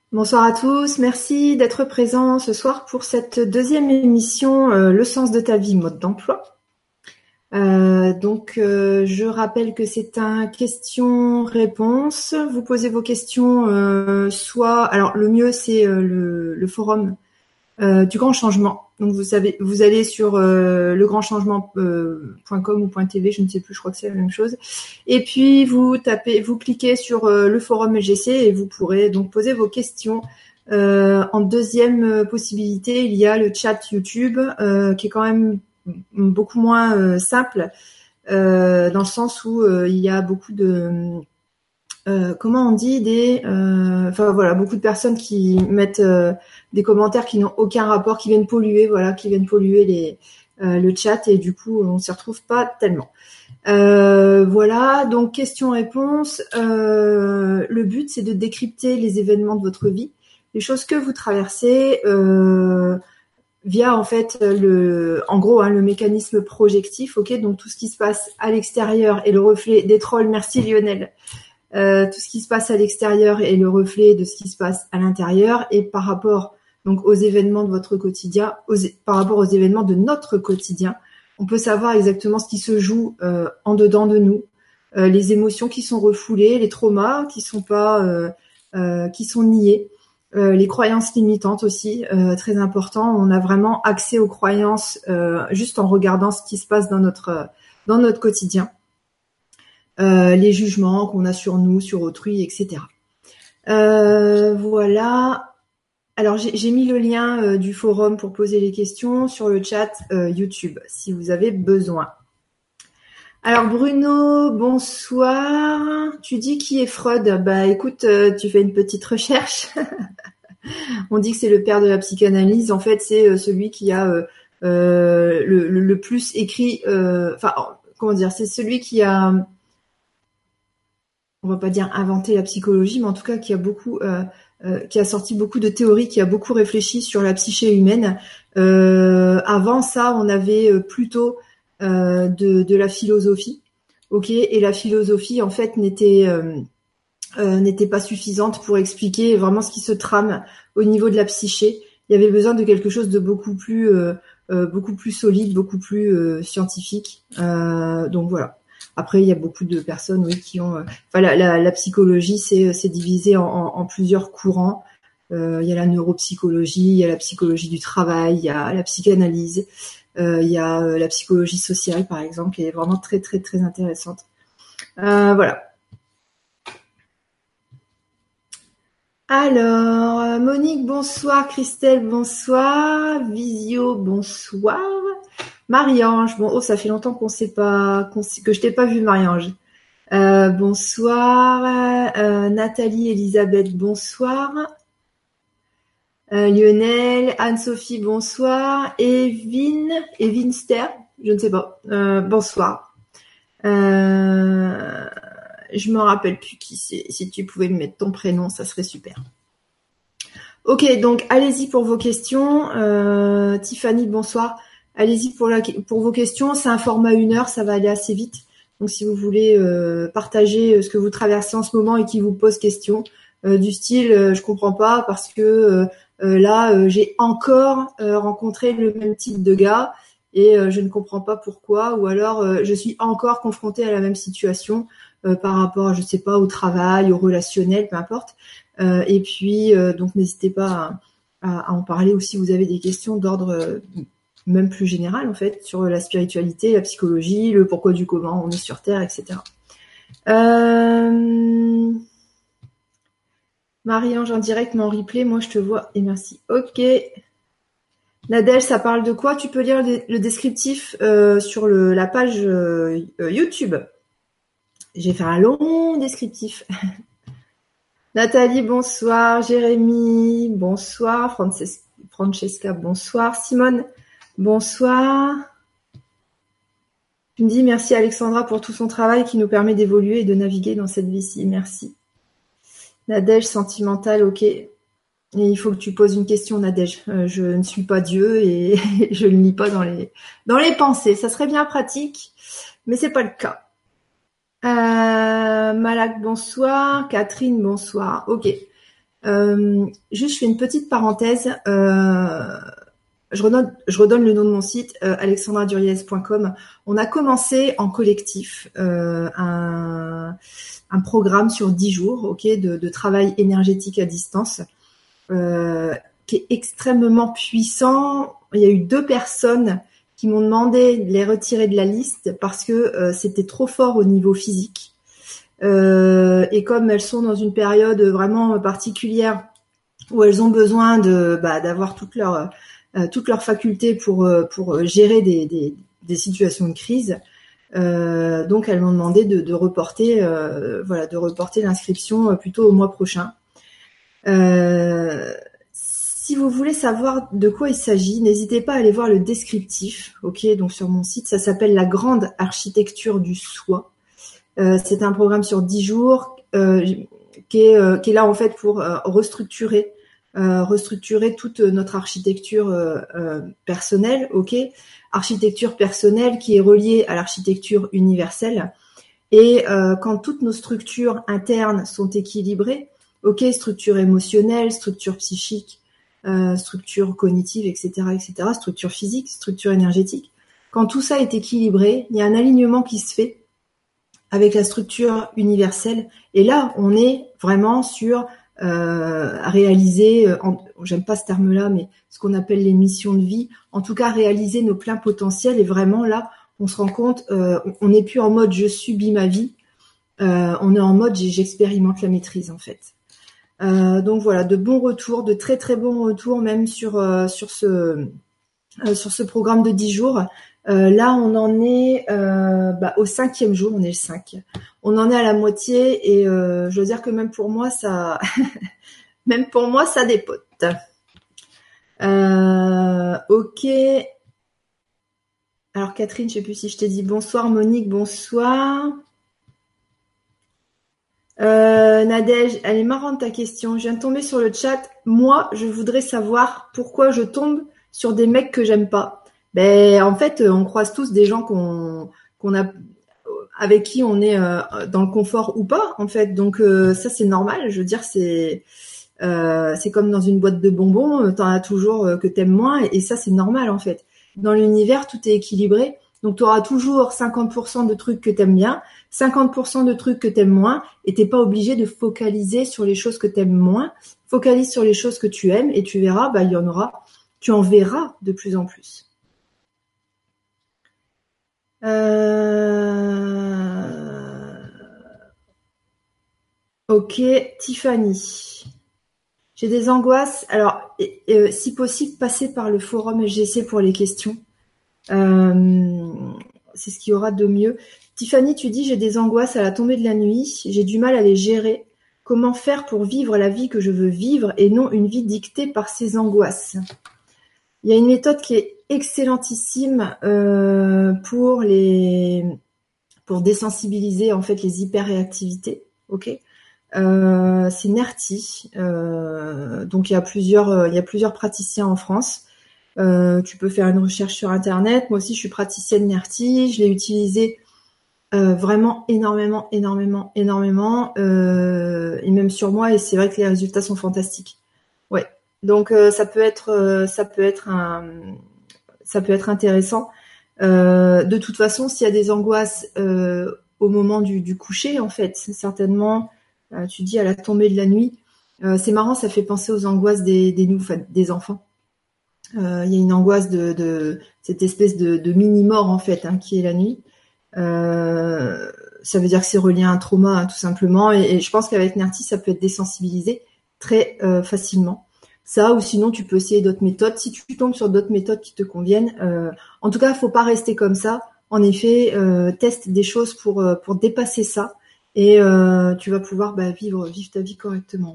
Bonsoir à tous, merci d'être présents ce soir pour cette deuxième émission Le sens de ta vie, mode d'emploi. Je rappelle que c'est un question-réponse. Vous posez vos questions alors le mieux c'est le forum du Grand Changement. Donc vous allez sur legrandchangement.com ou .tv, je ne sais plus, je crois que c'est la même chose. Et puis vous cliquez sur le forum LGC et vous pourrez donc poser vos questions. En deuxième possibilité, il y a le chat YouTube qui est quand même beaucoup moins simple dans le sens où il y a beaucoup de comment on dit beaucoup de personnes qui mettent des commentaires qui n'ont aucun rapport, qui viennent polluer le chat et du coup on s'y retrouve pas tellement. Donc question-réponse. Le but c'est de décrypter les événements de votre vie, les choses que vous traversez via en fait le mécanisme projectif, ok, donc tout ce qui se passe à l'extérieur et le reflet des trolls. Merci Lionel. Tout ce qui se passe à l'extérieur est le reflet de ce qui se passe à l'intérieur, et par rapport donc aux événements de votre quotidien, par rapport aux événements de notre quotidien, on peut savoir exactement ce qui se joue en dedans de nous, les émotions qui sont refoulées, les traumas qui sont pas qui sont niés, les croyances limitantes aussi, très important. On a vraiment accès aux croyances juste en regardant ce qui se passe dans notre quotidien. Les jugements qu'on a sur nous, sur autrui, etc. Voilà. Alors j'ai mis le lien du forum pour poser les questions sur le chat YouTube, si vous avez besoin. Alors Bruno, bonsoir. Tu dis qui est Freud? Bah écoute, tu fais une petite recherche. On dit que c'est le père de la psychanalyse. En fait, c'est celui qui a le plus écrit. C'est celui qui a, on va pas dire inventé la psychologie, mais en tout cas qui a sorti beaucoup de théories, qui a beaucoup réfléchi sur la psyché humaine. Avant ça, on avait plutôt de la philosophie, ok, et la philosophie en fait n'était pas suffisante pour expliquer vraiment ce qui se trame au niveau de la psyché. Il y avait besoin de quelque chose de beaucoup plus solide, beaucoup plus scientifique. Donc voilà. Après, il y a beaucoup de personnes, oui, qui ont. La psychologie, c'est divisé en plusieurs courants. Il y a la neuropsychologie, il y a la psychologie du travail, il y a la psychanalyse, il y a la psychologie sociale, par exemple, qui est vraiment très très très intéressante. Voilà. Alors, Monique, bonsoir. Christelle, bonsoir. Visio, bonsoir. Marie-Ange, ça fait longtemps que je t'ai pas vu, Marie-Ange. Bonsoir. Nathalie, Elisabeth, bonsoir. Lionel, Anne-Sophie, bonsoir. Evinster, je ne sais pas. Bonsoir. Je me rappelle plus qui c'est. Si tu pouvais me mettre ton prénom, ça serait super. Ok, donc allez-y pour vos questions. Tiffany, bonsoir. Allez-y pour vos questions. C'est un format 1 heure, ça va aller assez vite. Donc si vous voulez partager ce que vous traversez en ce moment et qui vous pose question, du style je comprends pas parce que là j'ai encore rencontré le même type de gars et je ne comprends pas pourquoi, ou alors je suis encore confrontée à la même situation par rapport, je sais pas, au travail, au relationnel, peu importe. Et puis, donc n'hésitez pas à en parler aussi. Vous avez des questions d'ordre même plus général, en fait, sur la spiritualité, la psychologie, le pourquoi du comment on est sur Terre, etc. Marie-Ange en direct, mais en replay, moi je te vois et merci. Ok. Nadège, ça parle de quoi? Tu peux lire le descriptif sur la page YouTube. J'ai fait un long descriptif. Nathalie, bonsoir. Jérémy, bonsoir. Francesca, bonsoir. Simone, bonsoir. Tu me dis merci Alexandra pour tout son travail qui nous permet d'évoluer et de naviguer dans cette vie-ci. Merci. Nadège, sentimentale, ok. Et il faut que tu poses une question, Nadège. Je ne suis pas Dieu et je ne lis pas dans les pensées. Ça serait bien pratique, mais c'est pas le cas. Malak, bonsoir. Catherine, bonsoir. Ok. Juste, je fais une petite parenthèse. Je redonne le nom de mon site, alexandraduriez.com. On a commencé en collectif un programme sur 10 jours, ok, de travail énergétique à distance, qui est extrêmement puissant. Il y a eu 2 personnes qui m'ont demandé de les retirer de la liste parce que c'était trop fort au niveau physique. Et comme elles sont dans une période vraiment particulière où elles ont besoin d'avoir toutes leurs facultés pour gérer des situations de crise. Donc elles m'ont demandé de reporter de reporter l'inscription plutôt au mois prochain. Si vous voulez savoir de quoi il s'agit, n'hésitez pas à aller voir le descriptif, ok, donc sur mon site. Ça s'appelle la grande architecture du soi. C'est un programme sur 10 jours qui est là en fait pour restructurer toute notre architecture personnelle, ok, architecture personnelle qui est reliée à l'architecture universelle. Et quand toutes nos structures internes sont équilibrées, ok, structure émotionnelle, structure psychique, structure cognitive, etc., etc., structure physique, structure énergétique, quand tout ça est équilibré, il y a un alignement qui se fait avec la structure universelle. Et là, on est vraiment sur réaliser, j'aime pas ce terme-là, mais ce qu'on appelle les missions de vie, en tout cas réaliser nos pleins potentiels. Et vraiment là, on se rend compte, on n'est plus en mode je subis ma vie, on est en mode j'expérimente la maîtrise en fait. Donc voilà, de bons retours, de très très bons retours même sur ce programme de 10 jours. Là, on en est au 5e jour, on est le 5. On en est à la moitié et je veux dire que même pour moi, ça dépote. Ok. Alors Catherine, je sais plus si je t'ai dit bonsoir. Monique, bonsoir. Nadège, elle est marrante ta question. Je viens de tomber sur le chat. Moi, je voudrais savoir pourquoi je tombe sur des mecs que j'aime pas. Ben, en fait, on croise tous des gens qu'on a, avec qui on est dans le confort ou pas, en fait. Donc ça, c'est normal. Je veux dire, c'est comme dans une boîte de bonbons. T'en as toujours que t'aimes moins, et ça, c'est normal, en fait. Dans l'univers, tout est équilibré. Donc, tu auras toujours 50% de trucs que t'aimes bien, 50% de trucs que t'aimes moins, et t'es pas obligé de focaliser sur les choses que t'aimes moins. Focalise sur les choses que tu aimes, et tu verras, il y en aura. Tu en verras de plus en plus. Ok, Tiffany. J'ai des angoisses. Alors, si possible, passer par le forum LGC pour les questions. C'est ce qu'il y aura de mieux. Tiffany, tu dis j'ai des angoisses à la tombée de la nuit, j'ai du mal à les gérer. Comment faire pour vivre la vie que je veux vivre et non une vie dictée par ces angoisses? Il y a une méthode qui est excellentissime pour désensibiliser en fait les hyperréactivités. Ok, c'est NERTI. Donc il y a plusieurs praticiens en France. Tu peux faire une recherche sur internet. Moi aussi, je suis praticienne NERTI. Je l'ai utilisé vraiment énormément, et même sur moi. Et c'est vrai que les résultats sont fantastiques. Ouais. Donc ça peut être intéressant. De toute façon, s'il y a des angoisses au moment du coucher, en fait, certainement, tu dis à la tombée de la nuit. C'est marrant, ça fait penser aux angoisses des enfants. Il y a une angoisse de cette espèce de mini-mort en fait, qui est la nuit. Ça veut dire que c'est relié à un trauma, tout simplement. Et je pense qu'avec NERTI, ça peut être désensibilisé très facilement. Ça, ou sinon, tu peux essayer d'autres méthodes. Si tu tombes sur d'autres méthodes qui te conviennent, en tout cas, faut pas rester comme ça. En effet, teste des choses pour dépasser ça, et tu vas pouvoir vivre ta vie correctement.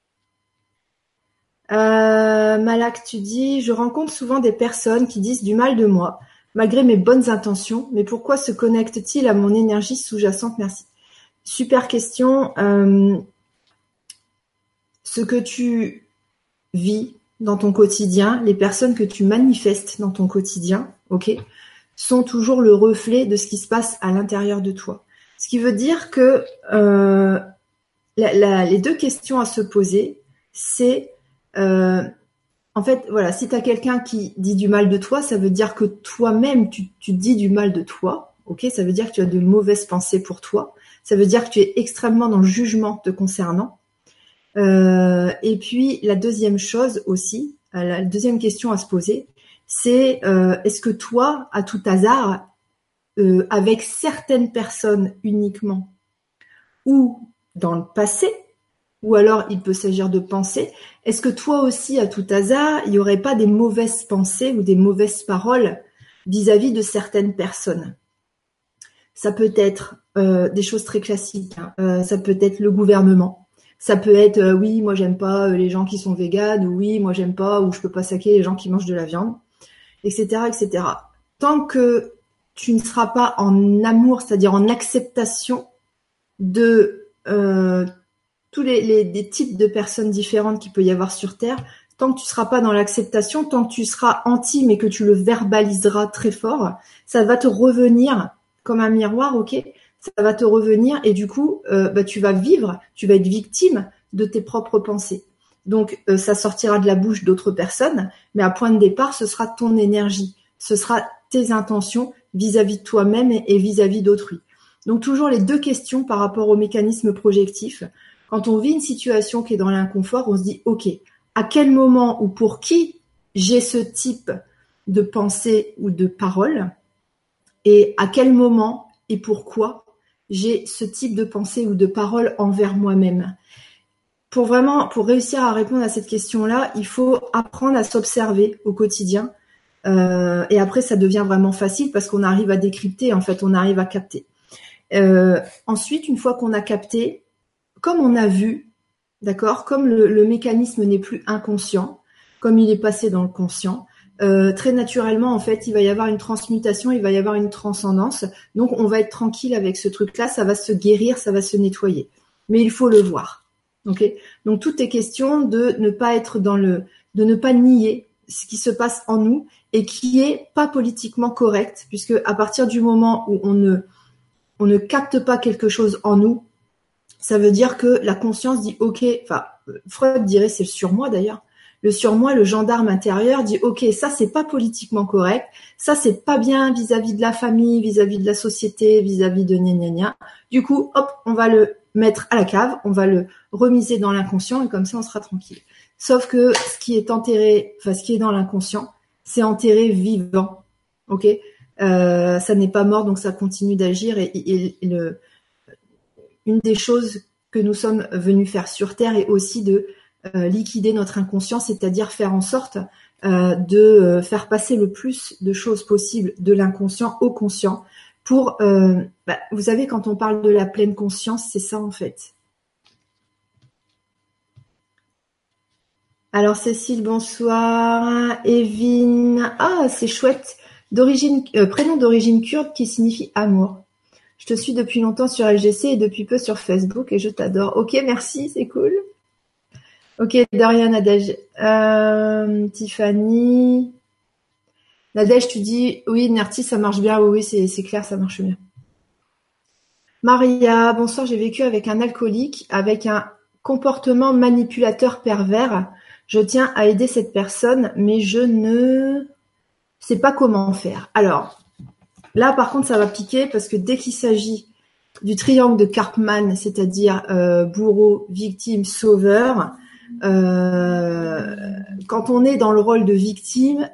Malak, tu dis, je rencontre souvent des personnes qui disent du mal de moi, malgré mes bonnes intentions, mais pourquoi se connectent-ils à mon énergie sous-jacente? Merci. Super question. Ce que tu vis dans ton quotidien, les personnes que tu manifestes dans ton quotidien, ok, sont toujours le reflet de ce qui se passe à l'intérieur de toi. Ce qui veut dire que les 2 questions à se poser, c'est en fait, voilà, si tu as quelqu'un qui dit du mal de toi, ça veut dire que toi-même, tu dis du mal de toi. Ok, ça veut dire que tu as de mauvaises pensées pour toi. Ça veut dire que tu es extrêmement dans le jugement te concernant. Et puis, la deuxième chose aussi, la deuxième question à se poser, c'est est-ce que toi, à tout hasard, avec certaines personnes uniquement, ou dans le passé, ou alors il peut s'agir de pensées, est-ce que toi aussi, à tout hasard, il n'y aurait pas des mauvaises pensées ou des mauvaises paroles vis-à-vis de certaines personnes? Ça peut être des choses très classiques, hein. Ça peut être le gouvernement. Ça peut être oui, moi j'aime pas les gens qui sont véganes, ou oui, moi j'aime pas, ou je peux pas saquer les gens qui mangent de la viande, etc., etc. Tant que tu ne seras pas en amour, c'est-à-dire en acceptation de tous les types de personnes différentes qu'il peut y avoir sur Terre, tant que tu seras pas dans l'acceptation, tant que tu seras anti, mais que tu le verbaliseras très fort, ça va te revenir comme un miroir, ok? Ça va te revenir et du coup, tu vas vivre, tu vas être victime de tes propres pensées. Donc, ça sortira de la bouche d'autres personnes, mais à point de départ, ce sera ton énergie, ce sera tes intentions vis-à-vis de toi-même et vis-à-vis d'autrui. Donc, toujours les deux questions par rapport au mécanisme projectif. Quand on vit une situation qui est dans l'inconfort, on se dit, ok, à quel moment ou pour qui j'ai ce type de pensée ou de parole, et à quel moment et pourquoi j'ai ce type de pensée ou de parole envers moi-même. Pour réussir à répondre à cette question-là, il faut apprendre à s'observer au quotidien. Et après, ça devient vraiment facile parce qu'on arrive à décrypter, en fait, on arrive à capter. Ensuite, une fois qu'on a capté, comme on a vu, d'accord, comme le mécanisme n'est plus inconscient, comme il est passé dans le conscient, très naturellement, en fait, il va y avoir une transmutation, il va y avoir une transcendance. Donc, on va être tranquille avec ce truc-là, ça va se guérir, ça va se nettoyer. Mais il faut le voir. Ok. Donc, tout est question de ne pas être de ne pas nier ce qui se passe en nous et qui est pas politiquement correct, puisque à partir du moment où on ne capte pas quelque chose en nous, ça veut dire que la conscience dit ok, enfin Freud dirait c'est le surmoi d'ailleurs. Le surmoi, le gendarme intérieur dit ok, ça c'est pas politiquement correct, ça c'est pas bien vis-à-vis de la famille, vis-à-vis de la société, vis-à-vis de gna gna gna. Du coup, hop, on va le mettre à la cave, on va le remiser dans l'inconscient et comme ça on sera tranquille. Sauf que ce qui est enterré, enfin ce qui est dans l'inconscient, c'est enterré vivant. Ok, ça n'est pas mort donc ça continue d'agir et une des choses que nous sommes venus faire sur Terre est aussi de liquider notre inconscient, c'est-à-dire faire en sorte de faire passer le plus de choses possibles de l'inconscient au conscient pour, vous savez, quand on parle de la pleine conscience, c'est ça en fait. Alors Cécile, bonsoir. Evine, ah c'est chouette. Prénom d'origine kurde qui signifie amour. Je te suis depuis longtemps sur LGC et depuis peu sur Facebook et je t'adore. Ok, merci, c'est cool. Ok, Dorian, Nadège. Tiffany. Nadège, tu dis oui, Nerti, ça marche bien. Oui, c'est clair, ça marche bien. Maria, bonsoir, j'ai vécu avec un alcoolique, avec un comportement manipulateur pervers. Je tiens à aider cette personne, mais je ne sais pas comment faire. Alors, là, par contre, ça va piquer parce que dès qu'il s'agit du triangle de Karpman, c'est-à-dire bourreau, victime, sauveur, quand on est dans le rôle de victime,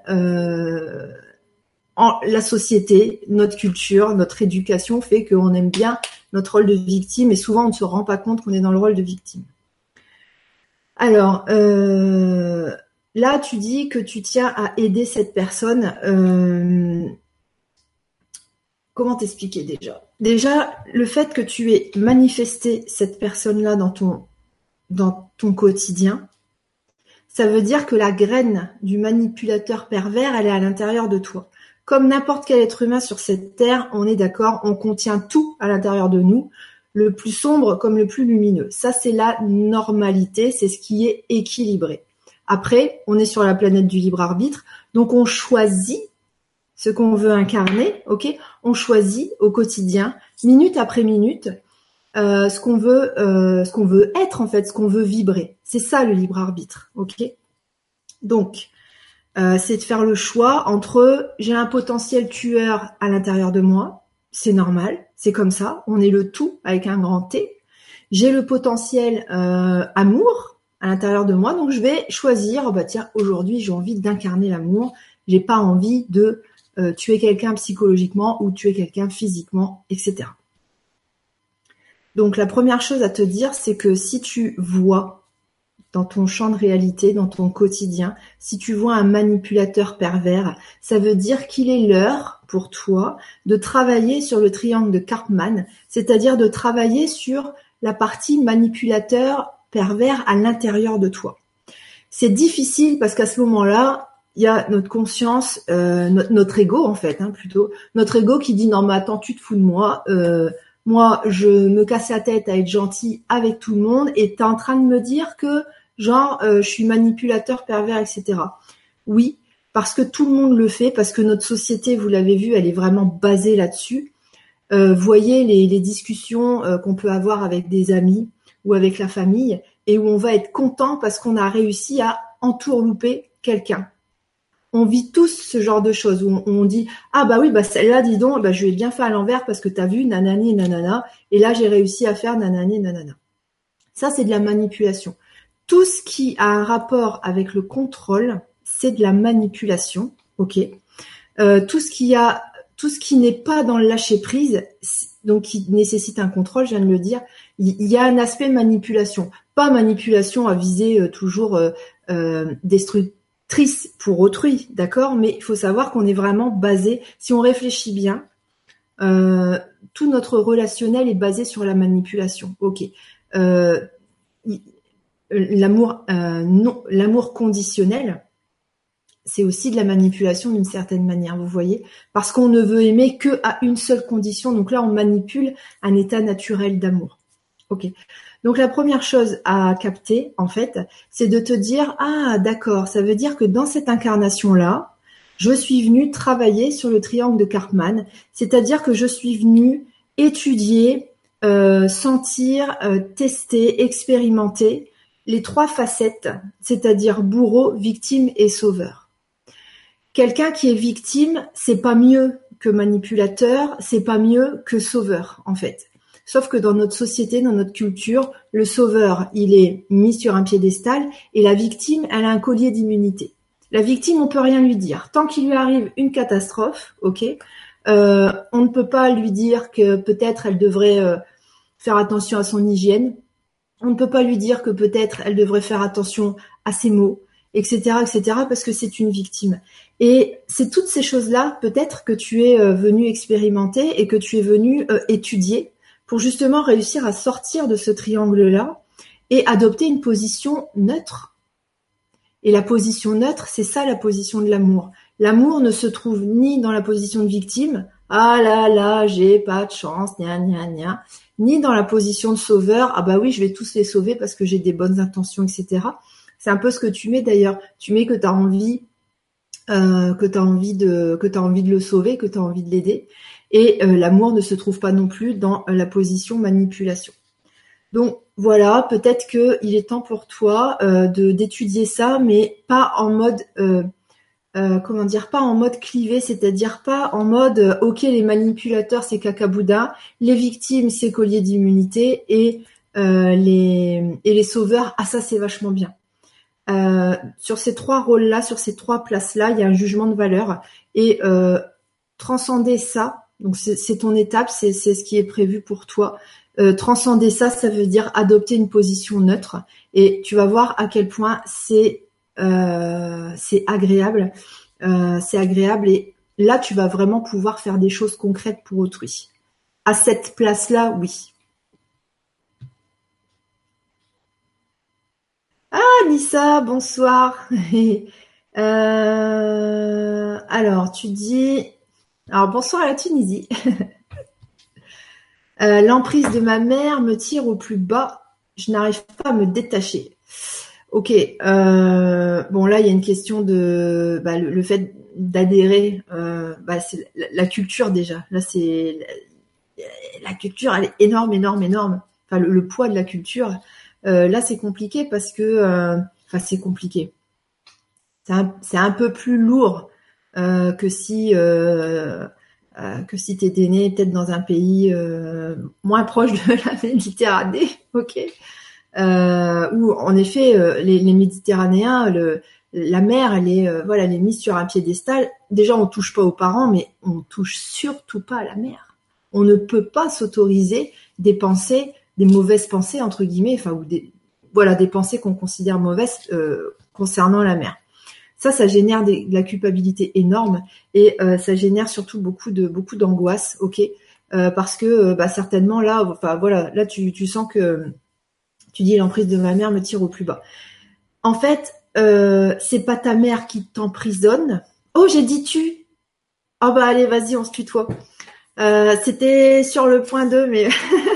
la société, notre culture, notre éducation fait qu'on aime bien notre rôle de victime et souvent on ne se rend pas compte qu'on est dans le rôle de victime. Alors, là, tu dis que tu tiens à aider cette personne. Comment t'expliquer déjà? Déjà, le fait que tu aies manifesté cette personne-là dans ton quotidien, ça veut dire que la graine du manipulateur pervers, elle est à l'intérieur de toi. Comme n'importe quel être humain sur cette terre, on est d'accord, on contient tout à l'intérieur de nous, le plus sombre comme le plus lumineux. Ça, c'est la normalité, c'est ce qui est équilibré. Après, on est sur la planète du libre arbitre, donc on choisit ce qu'on veut incarner, ok? On choisit au quotidien, minute après minute, ce qu'on veut être en fait, ce qu'on veut vibrer. C'est ça le libre arbitre, ok? Donc, c'est de faire le choix entre j'ai un potentiel tueur à l'intérieur de moi, c'est normal, c'est comme ça, on est le tout avec un grand T. J'ai le potentiel amour à l'intérieur de moi, donc je vais choisir, oh bah tiens, aujourd'hui j'ai envie d'incarner l'amour, j'ai pas envie de tuer quelqu'un psychologiquement ou tuer quelqu'un physiquement, etc. Donc la première chose à te dire, c'est que si tu vois dans ton champ de réalité, dans ton quotidien, si tu vois un manipulateur pervers, ça veut dire qu'il est l'heure pour toi de travailler sur le triangle de Karpman, c'est-à-dire de travailler sur la partie manipulateur pervers à l'intérieur de toi. C'est difficile parce qu'à ce moment-là, il y a notre conscience, notre ego en fait, plutôt notre ego qui dit non mais attends, tu te fous de moi. Moi, je me casse la tête à être gentil avec tout le monde et t'es en train de me dire que genre je suis manipulateur, pervers, etc. Oui, parce que tout le monde le fait, parce que notre société, vous l'avez vu, elle est vraiment basée là-dessus. Voyez les discussions qu'on peut avoir avec des amis ou avec la famille et où on va être content parce qu'on a réussi à entourlouper quelqu'un. On vit tous ce genre de choses où on dit ah bah oui bah celle-là dis donc bah je lui ai bien fait à l'envers parce que t'as vu nanani nanana et là j'ai réussi à faire nanani nanana. Ça c'est de la manipulation. Tout ce qui a un rapport avec le contrôle, c'est de la manipulation, ok. Tout ce qui n'est pas dans le lâcher prise, donc qui nécessite un contrôle, je viens de le dire, il y a un aspect manipulation, pas manipulation à viser toujours destructrice pour autrui, d'accord, mais il faut savoir qu'on est vraiment basé, si on réfléchit bien, tout notre relationnel est basé sur la manipulation, ok. L'amour non, l'amour conditionnel, c'est aussi de la manipulation d'une certaine manière, vous voyez, parce qu'on ne veut aimer que à une seule condition. Donc là, on manipule un état naturel d'amour. Ok. Donc la première chose à capter, en fait, c'est de te dire ah d'accord, ça veut dire que dans cette incarnation-là, je suis venue travailler sur le triangle de Karpman, c'est-à-dire que je suis venue étudier, sentir, tester, expérimenter les trois facettes, c'est-à-dire bourreau, victime et sauveur. Quelqu'un qui est victime, c'est pas mieux que manipulateur, c'est pas mieux que sauveur, en fait. Sauf que dans notre société, dans notre culture, le sauveur, il est mis sur un piédestal et la victime, elle a un collier d'immunité. La victime, on peut rien lui dire. Tant qu'il lui arrive une catastrophe, ok, on ne peut pas lui dire que peut-être elle devrait faire attention à son hygiène. On ne peut pas lui dire que peut-être elle devrait faire attention à ses mots, etc., etc., parce que c'est une victime. Et c'est toutes ces choses-là, peut-être que tu es venu expérimenter et que tu es venu étudier pour justement réussir à sortir de ce triangle-là et adopter une position neutre. Et la position neutre, c'est ça la position de l'amour. L'amour ne se trouve ni dans la position de victime, ah là là, j'ai pas de chance, gna gna gna, ni dans la position de sauveur, ah bah oui, je vais tous les sauver parce que j'ai des bonnes intentions, etc. C'est un peu ce que tu mets d'ailleurs. Tu mets que tu as envie, que tu as envie de le sauver, que tu as envie de l'aider. Et l'amour ne se trouve pas non plus dans la position manipulation. Donc voilà, peut-être qu'il est temps pour toi d'étudier ça, mais pas en mode comment dire, pas en mode clivé, c'est-à-dire pas en mode ok, les manipulateurs c'est cacaboudin, les victimes c'est collier d'immunité et les sauveurs, ah ça c'est vachement bien. Sur ces trois rôles-là, sur ces trois places-là, il y a un jugement de valeur et transcender ça, donc c'est ton étape, c'est ce qui est prévu pour toi. Transcender ça, ça veut dire adopter une position neutre et tu vas voir à quel point c'est agréable. C'est agréable et là, tu vas vraiment pouvoir faire des choses concrètes pour autrui. À cette place-là, oui. Ah, Nissa, bonsoir. Alors, tu dis... Alors, bonsoir à la Tunisie. L'emprise de ma mère me tire au plus bas. Je n'arrive pas à me détacher. Ok. Bon, là, il y a une question de le fait d'adhérer. C'est la culture déjà. Là, c'est la culture, elle est énorme, énorme, énorme. Enfin, le poids de la culture. Là, c'est compliqué parce que, enfin, c'est compliqué. C'est un peu plus lourd que si t'étais né peut-être dans un pays moins proche de la Méditerranée, ok. Où en effet les Méditerranéens, la mer, elle est voilà, elle est mise sur un piédestal. Déjà, on touche pas aux parents, mais on touche surtout pas à la mer. On ne peut pas s'autoriser des pensées, des mauvaises pensées entre guillemets, enfin ou des voilà des pensées qu'on considère mauvaises concernant la mer. Ça génère de la culpabilité énorme et ça génère surtout beaucoup d'angoisse, ok, parce que bah certainement là, enfin voilà, là tu sens que tu dis l'emprise de ma mère me tire au plus bas. En fait, c'est pas ta mère qui t'emprisonne. Oh, j'ai dit tu. Oh bah allez, vas-y, on se tutoie. C'était sur le point 2, mais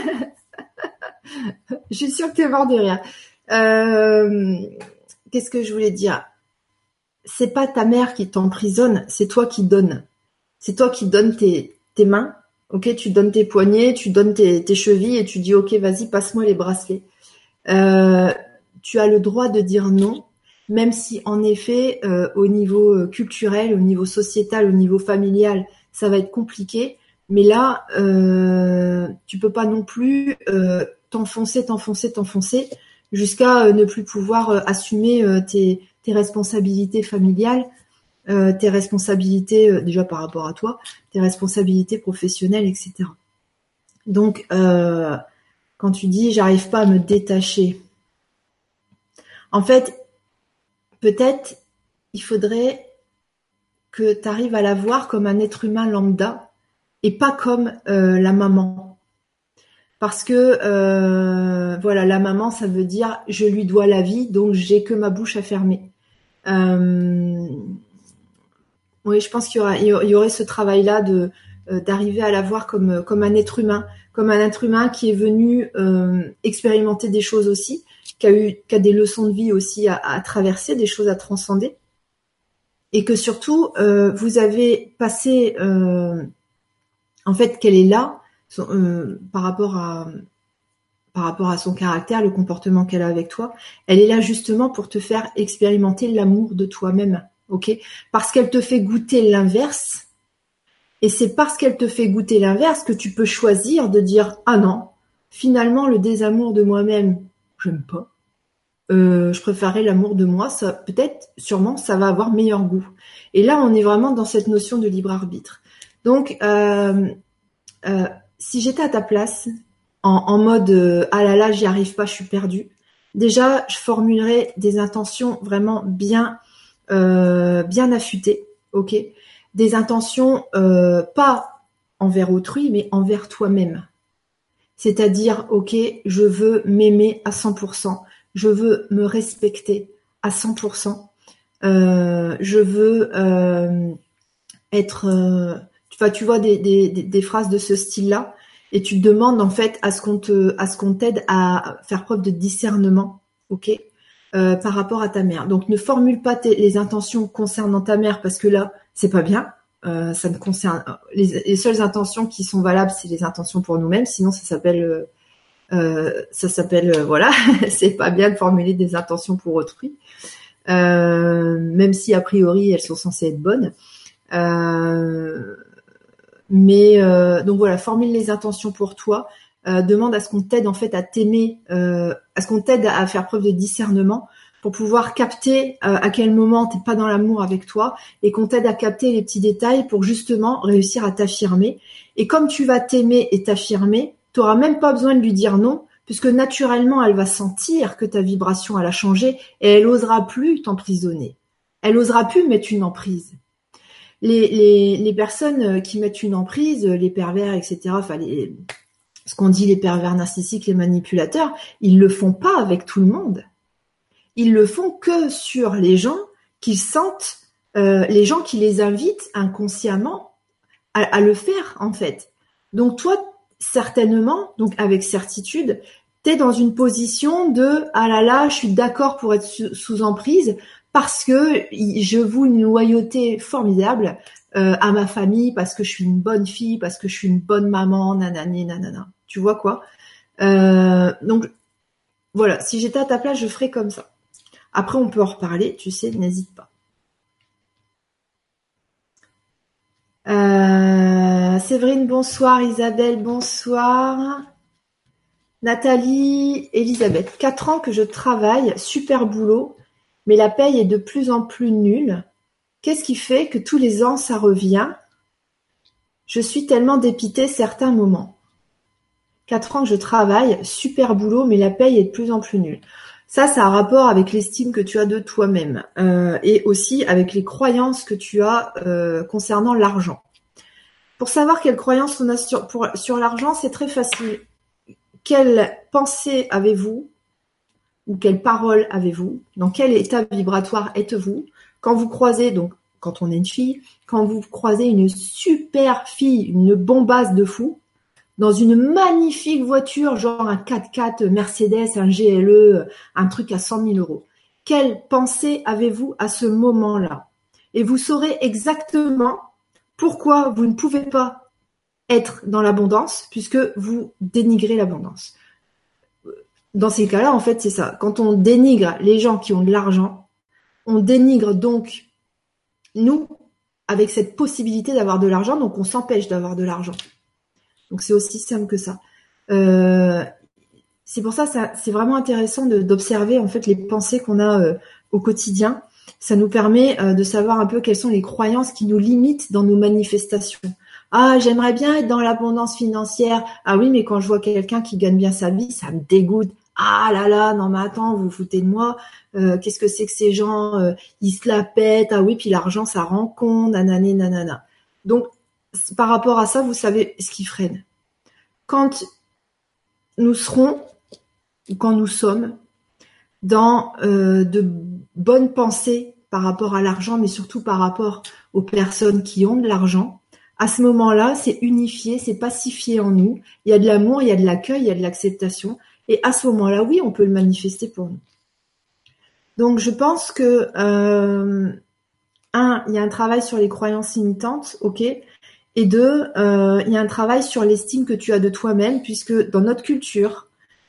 je suis sûre que t'es mort de rire. Qu'est-ce que je voulais dire? C'est pas ta mère qui t'emprisonne, c'est toi qui donnes. C'est toi qui donnes tes mains. Ok, tu donnes tes poignets, tu donnes tes chevilles et tu dis ok, vas-y, passe-moi les bracelets. Tu as le droit de dire non, même si en effet, au niveau culturel, au niveau sociétal, au niveau familial, ça va être compliqué. Mais là, tu peux pas non plus t'enfoncer jusqu'à ne plus pouvoir assumer tes responsabilités familiales, tes responsabilités déjà par rapport à toi, tes responsabilités professionnelles, etc. Donc, quand tu dis j'arrive pas à me détacher, en fait, peut-être il faudrait que tu arrives à la voir comme un être humain lambda et pas comme la maman. Parce que voilà, la maman, ça veut dire je lui dois la vie, donc j'ai que ma bouche à fermer. Oui, je pense il y aurait ce travail-là de d'arriver à la voir comme un être humain, qui est venu expérimenter des choses aussi, qui a des leçons de vie aussi à traverser, des choses à transcender, et que surtout vous avez passé en fait qu'elle est là par rapport à son caractère, le comportement qu'elle a avec toi, elle est là justement pour te faire expérimenter l'amour de toi-même, ok? Parce qu'elle te fait goûter l'inverse, et c'est parce qu'elle te fait goûter l'inverse que tu peux choisir de dire ah non, finalement le désamour de moi-même, j'aime pas. Je préférerais l'amour de moi, ça peut-être, sûrement, ça va avoir meilleur goût. Et là, on est vraiment dans cette notion de libre arbitre. Donc, si j'étais à ta place, en mode ah là là, j'y arrive pas, je suis perdue. Déjà, je formulerais des intentions vraiment bien affûtées, ok. Des intentions pas envers autrui, mais envers toi-même. C'est-à-dire, ok, je veux m'aimer à 100%, je veux me respecter à 100%, je veux être, tu vois des phrases de ce style-là, et tu te demandes en fait à ce qu'on t'aide à faire preuve de discernement, ok, par rapport à ta mère. Donc ne formule pas les intentions concernant ta mère parce que là c'est pas bien. Ça ne concerne les seules intentions qui sont valables, c'est les intentions pour nous-mêmes. Sinon ça s'appelle voilà, c'est pas bien de formuler des intentions pour autrui, même si a priori elles sont censées être bonnes. Mais donc voilà, formule les intentions pour toi. Demande à ce qu'on t'aide en fait à t'aimer, à ce qu'on t'aide à faire preuve de discernement pour pouvoir capter à quel moment t'es pas dans l'amour avec toi et qu'on t'aide à capter les petits détails pour justement réussir à t'affirmer. Et comme tu vas t'aimer et t'affirmer, t'auras même pas besoin de lui dire non, puisque naturellement elle va sentir que ta vibration elle a changé et elle osera plus t'emprisonner. Elle osera plus mettre une emprise. Les personnes qui mettent une emprise, les pervers, etc., enfin ce qu'on dit les pervers narcissiques, les manipulateurs, ils le font pas avec tout le monde. Ils le font que sur les gens qu'ils sentent, les gens qui les invitent inconsciemment à le faire en fait. Donc toi, certainement, donc avec certitude, t'es dans une position de ah là là, je suis d'accord pour être sous emprise parce que je voue une loyauté formidable à ma famille parce que je suis une bonne fille, parce que je suis une bonne maman, nanani, nanana. Tu vois quoi? Donc voilà, si j'étais à ta place, je ferais comme ça. Après, on peut en reparler, tu sais, n'hésite pas. Séverine, bonsoir. Isabelle, bonsoir. Nathalie, Elisabeth, 4 ans que je travaille, super boulot, mais la paye est de plus en plus nulle. Qu'est-ce qui fait que tous les ans ça revient? Je suis tellement dépitée certains moments. 4 ans que je travaille, super boulot, mais la paye est de plus en plus nulle. Ça a un rapport avec l'estime que tu as de toi-même et aussi avec les croyances que tu as concernant l'argent. Pour savoir quelles croyances on a sur l'argent, c'est très facile. Quelle pensée avez-vous ou quelles paroles avez-vous? Dans quel état vibratoire êtes-vous? Quand vous croisez, donc quand on est une fille, quand vous croisez une super fille, une bombasse de fou, dans une magnifique voiture, genre un 4x4 Mercedes, un GLE, un truc à 100 000 euros. Quelle pensée avez-vous à ce moment-là? Et vous saurez exactement pourquoi vous ne pouvez pas être dans l'abondance, puisque vous dénigrez l'abondance. Dans ces cas-là, en fait, c'est ça. Quand on dénigre les gens qui ont de l'argent, on dénigre donc nous avec cette possibilité d'avoir de l'argent, donc on s'empêche d'avoir de l'argent. Donc c'est aussi simple que ça. C'est pour ça, c'est vraiment intéressant d'observer en fait les pensées qu'on a au quotidien. Ça nous permet de savoir un peu quelles sont les croyances qui nous limitent dans nos manifestations. Ah, j'aimerais bien être dans l'abondance financière. Ah oui, mais quand je vois quelqu'un qui gagne bien sa vie, ça me dégoûte. Ah là là, non mais attends, vous vous foutez de moi. Qu'est-ce que c'est que ces gens ils se la pètent. Ah oui, puis l'argent, ça rend con, nanani, nanana. Donc, par rapport à ça, vous savez ce qui freine. Quand nous serons, ou quand nous sommes, dans de bonnes pensées par rapport à l'argent, mais surtout par rapport aux personnes qui ont de l'argent, à ce moment-là, c'est unifié, c'est pacifié en nous. Il y a de l'amour, il y a de l'accueil, il y a de l'acceptation. Et à ce moment-là, oui, on peut le manifester pour nous. Donc, je pense que, il y a un travail sur les croyances limitantes, ok. Et deux, il y a un travail sur l'estime que tu as de toi-même, puisque dans notre culture,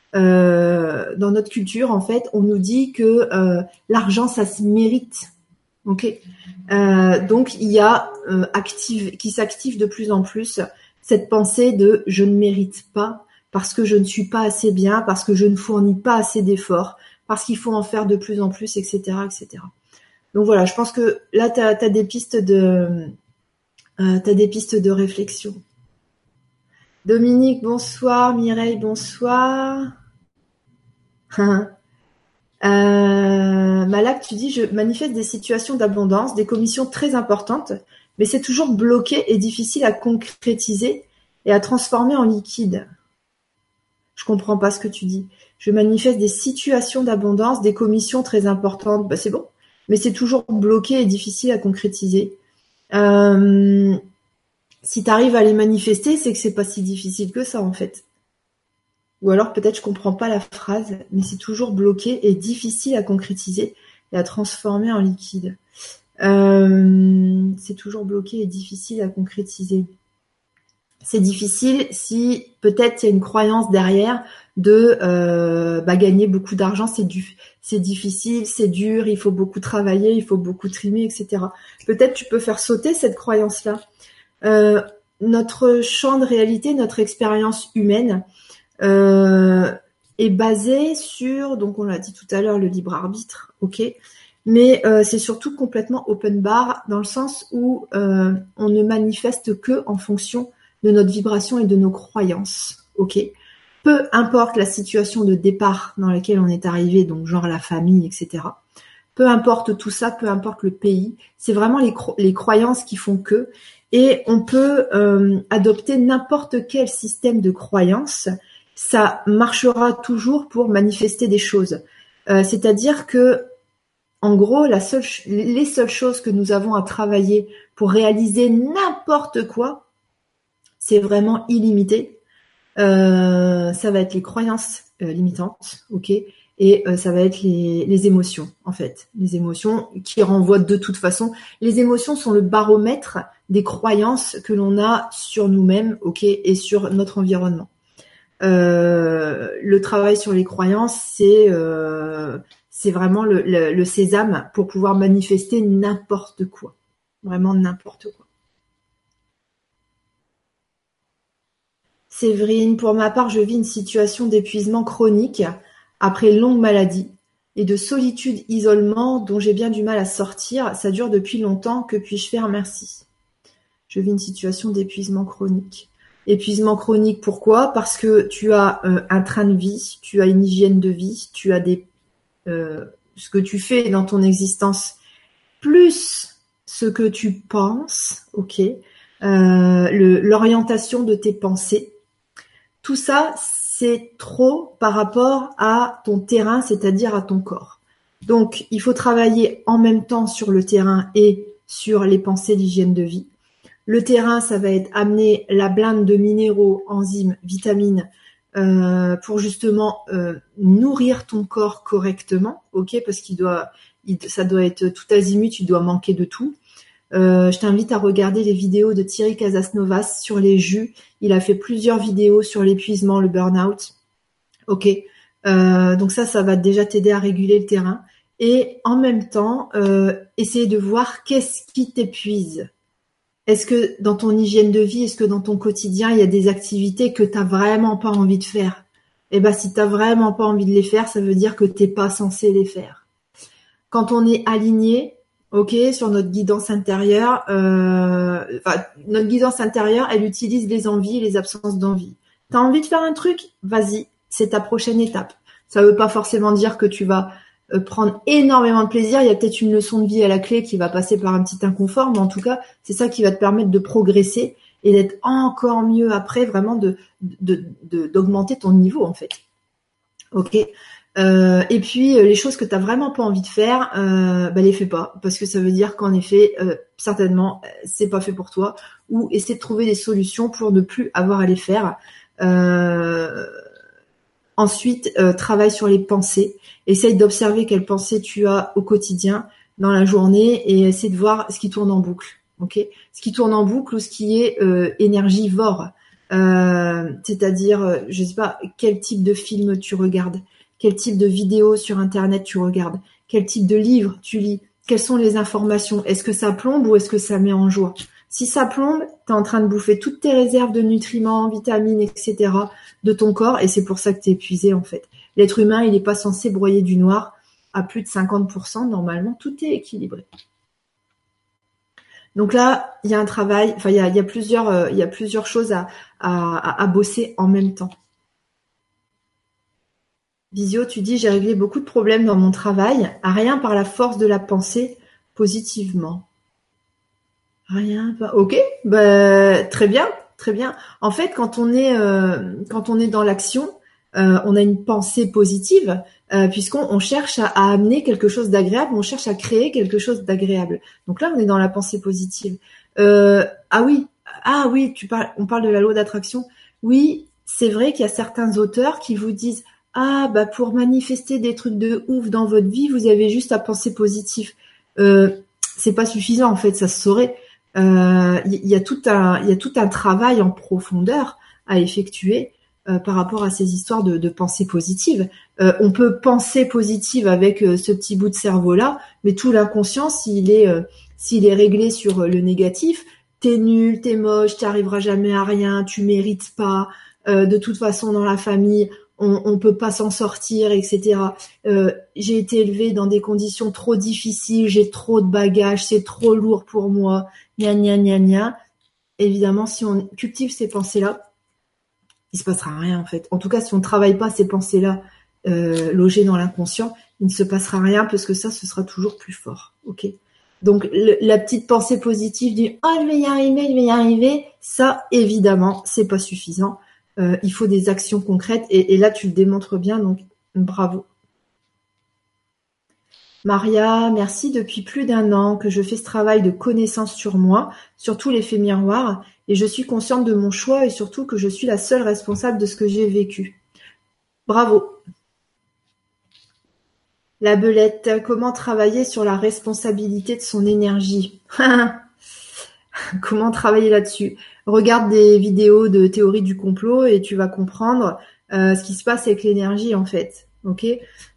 en fait, on nous dit que l'argent, ça se mérite. Ok. Donc il y a qui s'active de plus en plus cette pensée de je ne mérite pas parce que je ne suis pas assez bien, parce que je ne fournis pas assez d'efforts, parce qu'il faut en faire de plus en plus, etc., etc. Donc voilà, je pense que là t'as des pistes de réflexion. Dominique, bonsoir. Mireille, bonsoir. Malak, tu dis, je manifeste des situations d'abondance, des commissions très importantes, mais c'est toujours bloqué et difficile à concrétiser et à transformer en liquide. Je comprends pas ce que tu dis. Je manifeste des situations d'abondance, des commissions très importantes. Bah, c'est bon, mais c'est toujours bloqué et difficile à concrétiser. Si tu arrives à les manifester, c'est que c'est pas si difficile que ça, en fait. Ou alors peut-être je comprends pas la phrase, mais c'est toujours bloqué et difficile à concrétiser et à transformer en liquide. C'est toujours bloqué et difficile à concrétiser. C'est difficile si peut-être il y a une croyance derrière de gagner beaucoup d'argent, c'est difficile, c'est dur, il faut beaucoup travailler, il faut beaucoup trimer, etc. Peut-être tu peux faire sauter cette croyance-là. Notre champ de réalité, notre expérience humaine, est basé sur, donc on l'a dit tout à l'heure, le libre arbitre, ok, mais c'est surtout complètement open bar dans le sens où on ne manifeste que en fonction de notre vibration et de nos croyances, ok. Peu importe la situation de départ dans laquelle on est arrivé, donc genre la famille, etc. Peu importe tout ça, peu importe le pays, c'est vraiment les croyances qui font que, et on peut adopter n'importe quel système de croyances. Ça marchera toujours pour manifester des choses. C'est-à-dire que, en gros, les seules choses que nous avons à travailler pour réaliser n'importe quoi, c'est vraiment illimité. Ça va être les croyances limitantes, ok, Et ça va être les émotions, en fait. Les émotions qui renvoient de toute façon. Les émotions sont le baromètre des croyances que l'on a sur nous-mêmes, ok, et sur notre environnement. Le travail sur les croyances, c'est vraiment le sésame pour pouvoir manifester n'importe quoi. Vraiment n'importe quoi. Séverine, pour ma part, je vis une situation d'épuisement chronique après une longue maladie et de solitude, isolement dont j'ai bien du mal à sortir. Ça dure depuis longtemps. Que puis-je faire? Merci. Je vis une situation d'épuisement chronique. Épuisement chronique, pourquoi? Parce que tu as un train de vie, tu as une hygiène de vie, tu as ce que tu fais dans ton existence, plus ce que tu penses, ok, l'orientation de tes pensées. Tout ça, c'est trop par rapport à ton terrain, c'est-à-dire à ton corps. Donc, il faut travailler en même temps sur le terrain et sur les pensées d'hygiène de vie. Le terrain, ça va être amener la blinde de minéraux, enzymes, vitamines pour justement nourrir ton corps correctement, ok, parce ça doit être tout azimut, tu dois manquer de tout. Je t'invite à regarder les vidéos de Thierry Casasnovas sur les jus. Il a fait plusieurs vidéos sur l'épuisement, le burn-out. Ok, donc ça va déjà t'aider à réguler le terrain. Et en même temps, essayer de voir qu'est-ce qui t'épuise. Est-ce que dans ton hygiène de vie, est-ce que dans ton quotidien, il y a des activités que tu n'as vraiment pas envie de faire? Eh ben, si tu n'as vraiment pas envie de les faire, ça veut dire que tu n'es pas censé les faire. Quand on est aligné, ok, sur notre guidance intérieure, notre guidance intérieure, elle utilise les envies et les absences d'envie. Tu as envie de faire un truc? Vas-y, c'est ta prochaine étape. Ça ne veut pas forcément dire que tu vas prendre énormément de plaisir. Il y a peut-être une leçon de vie à la clé qui va passer par un petit inconfort, mais en tout cas, c'est ça qui va te permettre de progresser et d'être encore mieux après, vraiment d'augmenter ton niveau en fait. Ok. Et puis les choses que tu n'as vraiment pas envie de faire, les fais pas, parce que ça veut dire qu'en effet, certainement, c'est pas fait pour toi. Ou essaie de trouver des solutions pour ne plus avoir à les faire. Ensuite, travaille sur les pensées. Essaye d'observer quelles pensées tu as au quotidien, dans la journée, et essaie de voir ce qui tourne en boucle. Ok, ce qui tourne en boucle ou ce qui est énergivore. C'est-à-dire, je sais pas, quel type de film tu regardes, quel type de vidéos sur Internet tu regardes, quel type de livre tu lis, quelles sont les informations. Est-ce que ça plombe ou est-ce que ça met en joie? Si ça plombe, tu es en train de bouffer toutes tes réserves de nutriments, vitamines, etc. de ton corps et c'est pour ça que tu es épuisé en fait. L'être humain, il n'est pas censé broyer du noir à plus de 50%. Normalement, tout est équilibré. Donc là, il y a un travail, enfin il y a plusieurs choses à bosser en même temps. Visio, tu dis j'ai réglé beaucoup de problèmes dans mon travail, à rien par la force de la pensée positivement. Rien, pas. Ok, très bien, très bien. En fait, quand on est dans l'action, on a une pensée positive, puisqu'on cherche à amener quelque chose d'agréable, on cherche à créer quelque chose d'agréable. Donc là, on est dans la pensée positive. Ah oui, on parle de la loi d'attraction. Oui, c'est vrai qu'il y a certains auteurs qui vous disent ah pour manifester des trucs de ouf dans votre vie, vous avez juste à penser positif. C'est pas suffisant en fait, ça se saurait. Il y a tout un travail en profondeur à effectuer par rapport à ces histoires de pensée positive. On peut penser positive avec ce petit bout de cerveau-là, mais tout l'inconscient, s'il est réglé sur le négatif, t'es nul, t'es moche, t'arriveras jamais à rien, tu mérites pas, de toute façon dans la famille, on peut pas s'en sortir, etc. J'ai été élevée dans des conditions trop difficiles, j'ai trop de bagages, c'est trop lourd pour moi, gna gna gna gna. Évidemment, si on cultive ces pensées-là, il se passera rien en fait. En tout cas, si on ne travaille pas ces pensées-là logées dans l'inconscient, il ne se passera rien parce que ça, ce sera toujours plus fort. Ok. Donc la petite pensée positive du oh je vais y arriver, ça évidemment c'est pas suffisant. Il faut des actions concrètes et là tu le démontres bien, donc bravo. Maria, merci. Depuis plus d'un an que je fais ce travail de connaissance sur moi, surtout l'effet miroir, et je suis consciente de mon choix et surtout que je suis la seule responsable de ce que j'ai vécu. Bravo. La belette, comment travailler sur la responsabilité de son énergie? Comment travailler là-dessus? Regarde des vidéos de théorie du complot et tu vas comprendre ce qui se passe avec l'énergie en fait. Ok?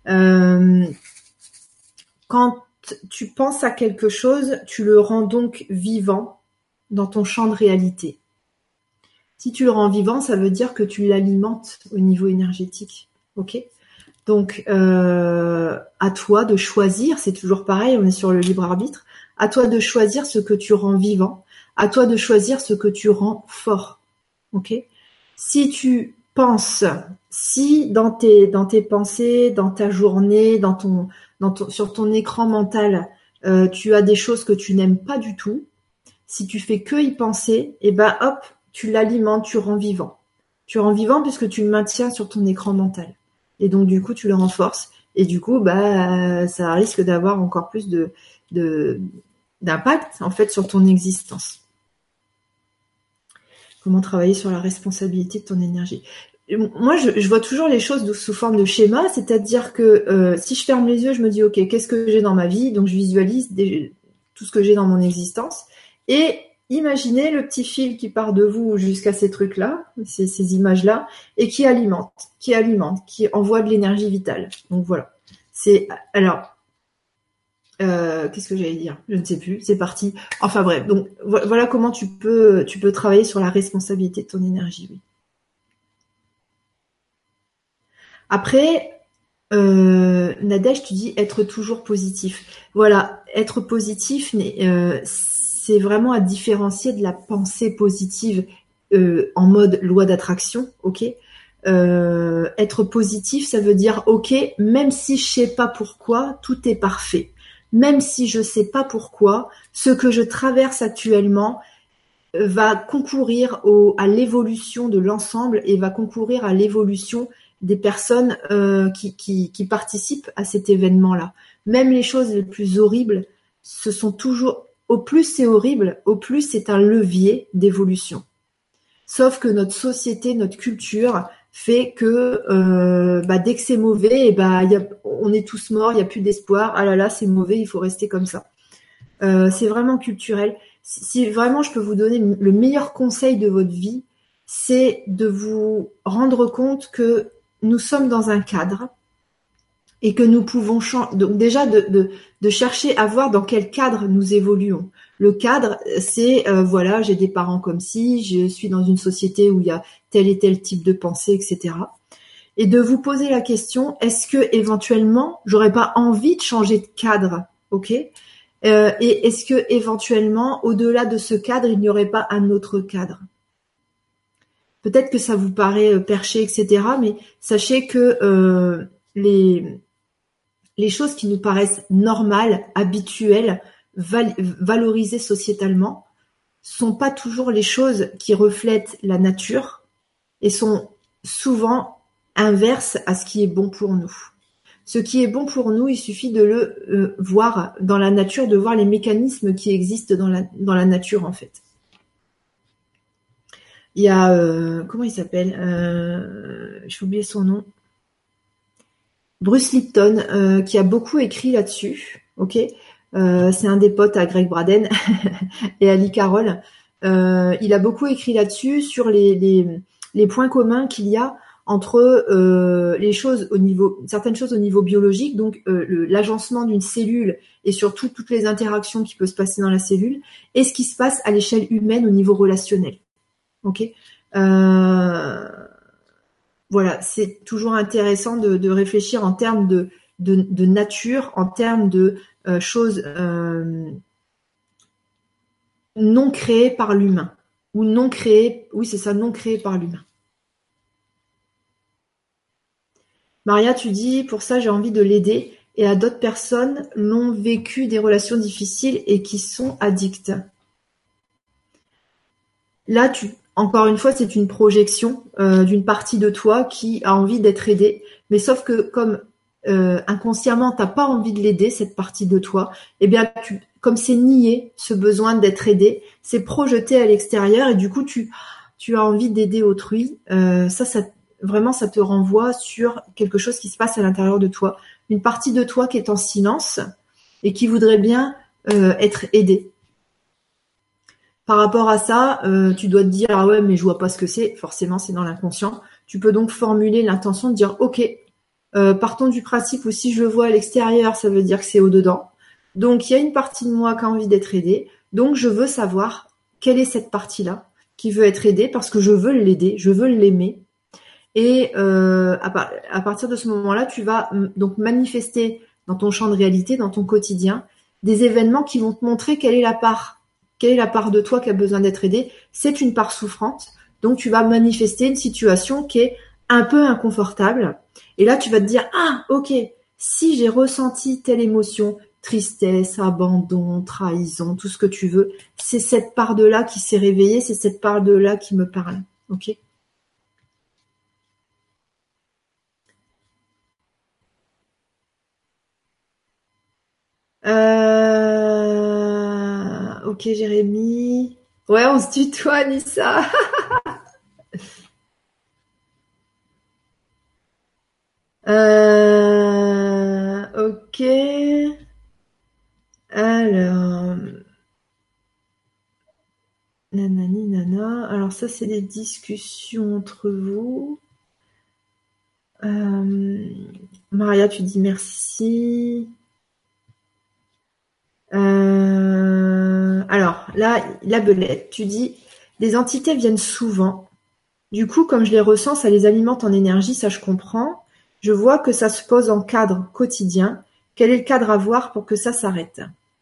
Quand tu penses à quelque chose, tu le rends donc vivant dans ton champ de réalité. Si tu le rends vivant, ça veut dire que tu l'alimentes au niveau énergétique. Ok? Donc, à toi de choisir, c'est toujours pareil, on est sur le libre arbitre, à toi de choisir ce que tu rends vivant, à toi de choisir ce que tu rends fort. Ok? Si tu penses, si dans tes pensées, dans ta journée, sur ton écran mental, tu as des choses que tu n'aimes pas du tout, si tu fais que y penser, et ben hop, tu l'alimentes, tu rends vivant. Tu rends vivant puisque tu le maintiens sur ton écran mental. Et donc du coup, tu le renforces. Et du coup, bah, ça risque d'avoir encore plus d'impact en fait sur ton existence. Comment travailler sur la responsabilité de ton énergie. Moi, je vois toujours les choses sous forme de schéma, c'est-à-dire que si je ferme les yeux, je me dis, ok, qu'est-ce que j'ai dans ma vie? Donc, je visualise tout ce que j'ai dans mon existence. Et imaginez le petit fil qui part de vous jusqu'à ces trucs-là, ces images-là, et qui alimente, qui envoie de l'énergie vitale. Donc, voilà. Qu'est-ce que j'allais dire? Je ne sais plus, c'est parti. Enfin bref, donc voilà comment tu peux travailler sur la responsabilité de ton énergie. Oui. Après, Nadège, tu dis être toujours positif. Voilà, être positif, c'est vraiment à différencier de la pensée positive en mode loi d'attraction, ok? Être positif, ça veut dire ok, même si je sais pas pourquoi, tout est parfait. Même si je sais pas pourquoi, ce que je traverse actuellement va concourir à l'évolution de l'ensemble et va concourir à l'évolution des personnes qui participent à cet événement-là. Même les choses les plus horribles, ce sont toujours, au plus c'est horrible, au plus c'est un levier d'évolution. Sauf que notre société, notre culture fait que dès que c'est mauvais, on est tous morts, il n'y a plus d'espoir. Ah là là, c'est mauvais, il faut rester comme ça. C'est vraiment culturel. Si vraiment je peux vous donner le meilleur conseil de votre vie, c'est de vous rendre compte que nous sommes dans un cadre et que nous pouvons changer. Donc déjà de chercher à voir dans quel cadre nous évoluons. Le cadre, c'est voilà, j'ai des parents comme ci, je suis dans une société où il y a tel et tel type de pensée, etc. Et de vous poser la question, est-ce que éventuellement, j'aurais pas envie de changer de cadre, ok? Et est-ce que éventuellement, au-delà de ce cadre, il n'y aurait pas un autre cadre? Peut-être que ça vous paraît perché, etc. Mais sachez que les choses qui nous paraissent normales, habituelles, valorisées sociétalement, sont pas toujours les choses qui reflètent la nature et sont souvent inverses à ce qui est bon pour nous. Ce qui est bon pour nous, il suffit de le voir dans la nature, de voir les mécanismes qui existent dans la nature en fait. Il y a comment il s'appelle j'ai oublié son nom. Bruce Lipton qui a beaucoup écrit là-dessus. Ok, c'est un des potes à Greg Braden et à Lee Carroll. Il a beaucoup écrit là-dessus sur les points communs qu'il y a entre certaines choses au niveau biologique, donc l'agencement d'une cellule et surtout toutes les interactions qui peuvent se passer dans la cellule, et ce qui se passe à l'échelle humaine au niveau relationnel. Ok. Voilà, c'est toujours intéressant de réfléchir en termes de nature, en termes de choses non créées par l'humain. Ou non créées, oui c'est ça, non créées par l'humain. Maria, tu dis, pour ça j'ai envie de l'aider, et à d'autres personnes l'ont vécu des relations difficiles et qui sont addictes. Là, encore une fois, c'est une projection d'une partie de toi qui a envie d'être aidée, mais sauf que comme inconsciemment t'as pas envie de l'aider, cette partie de toi, eh bien comme c'est nier ce besoin d'être aidé, c'est projeté à l'extérieur et du coup tu as envie d'aider autrui. Ça vraiment, ça te renvoie sur quelque chose qui se passe à l'intérieur de toi, une partie de toi qui est en silence et qui voudrait bien être aidée. Par rapport à ça, tu dois te dire ah ouais mais je vois pas ce que c'est. Forcément, c'est dans l'inconscient. Tu peux donc formuler l'intention de dire ok, partons du principe où si je le vois à l'extérieur, ça veut dire que c'est au dedans. Donc il y a une partie de moi qui a envie d'être aidée. Donc je veux savoir quelle est cette partie-là qui veut être aidée parce que je veux l'aider, je veux l'aimer. Et à partir de ce moment-là, tu vas donc manifester dans ton champ de réalité, dans ton quotidien, des événements qui vont te montrer quelle est la part de toi qui a besoin d'être aidée. C'est une part souffrante, donc tu vas manifester une situation qui est un peu inconfortable. Et là, tu vas te dire, ah, ok, si j'ai ressenti telle émotion, tristesse, abandon, trahison, tout ce que tu veux, c'est cette part de là qui s'est réveillée, c'est cette part de là qui me parle. Ok ? Ok, Jérémy. Ouais, on se tutoie, Nissa. Ok. Alors, nanani, nana. Alors ça, c'est des discussions entre vous. Maria, tu dis merci. Alors, là, la belette, tu dis, des entités viennent souvent. Du coup, comme je les ressens, ça les alimente en énergie, ça je comprends. Je vois que ça se pose en cadre quotidien. Quel est le cadre à voir pour que ça s'arrête?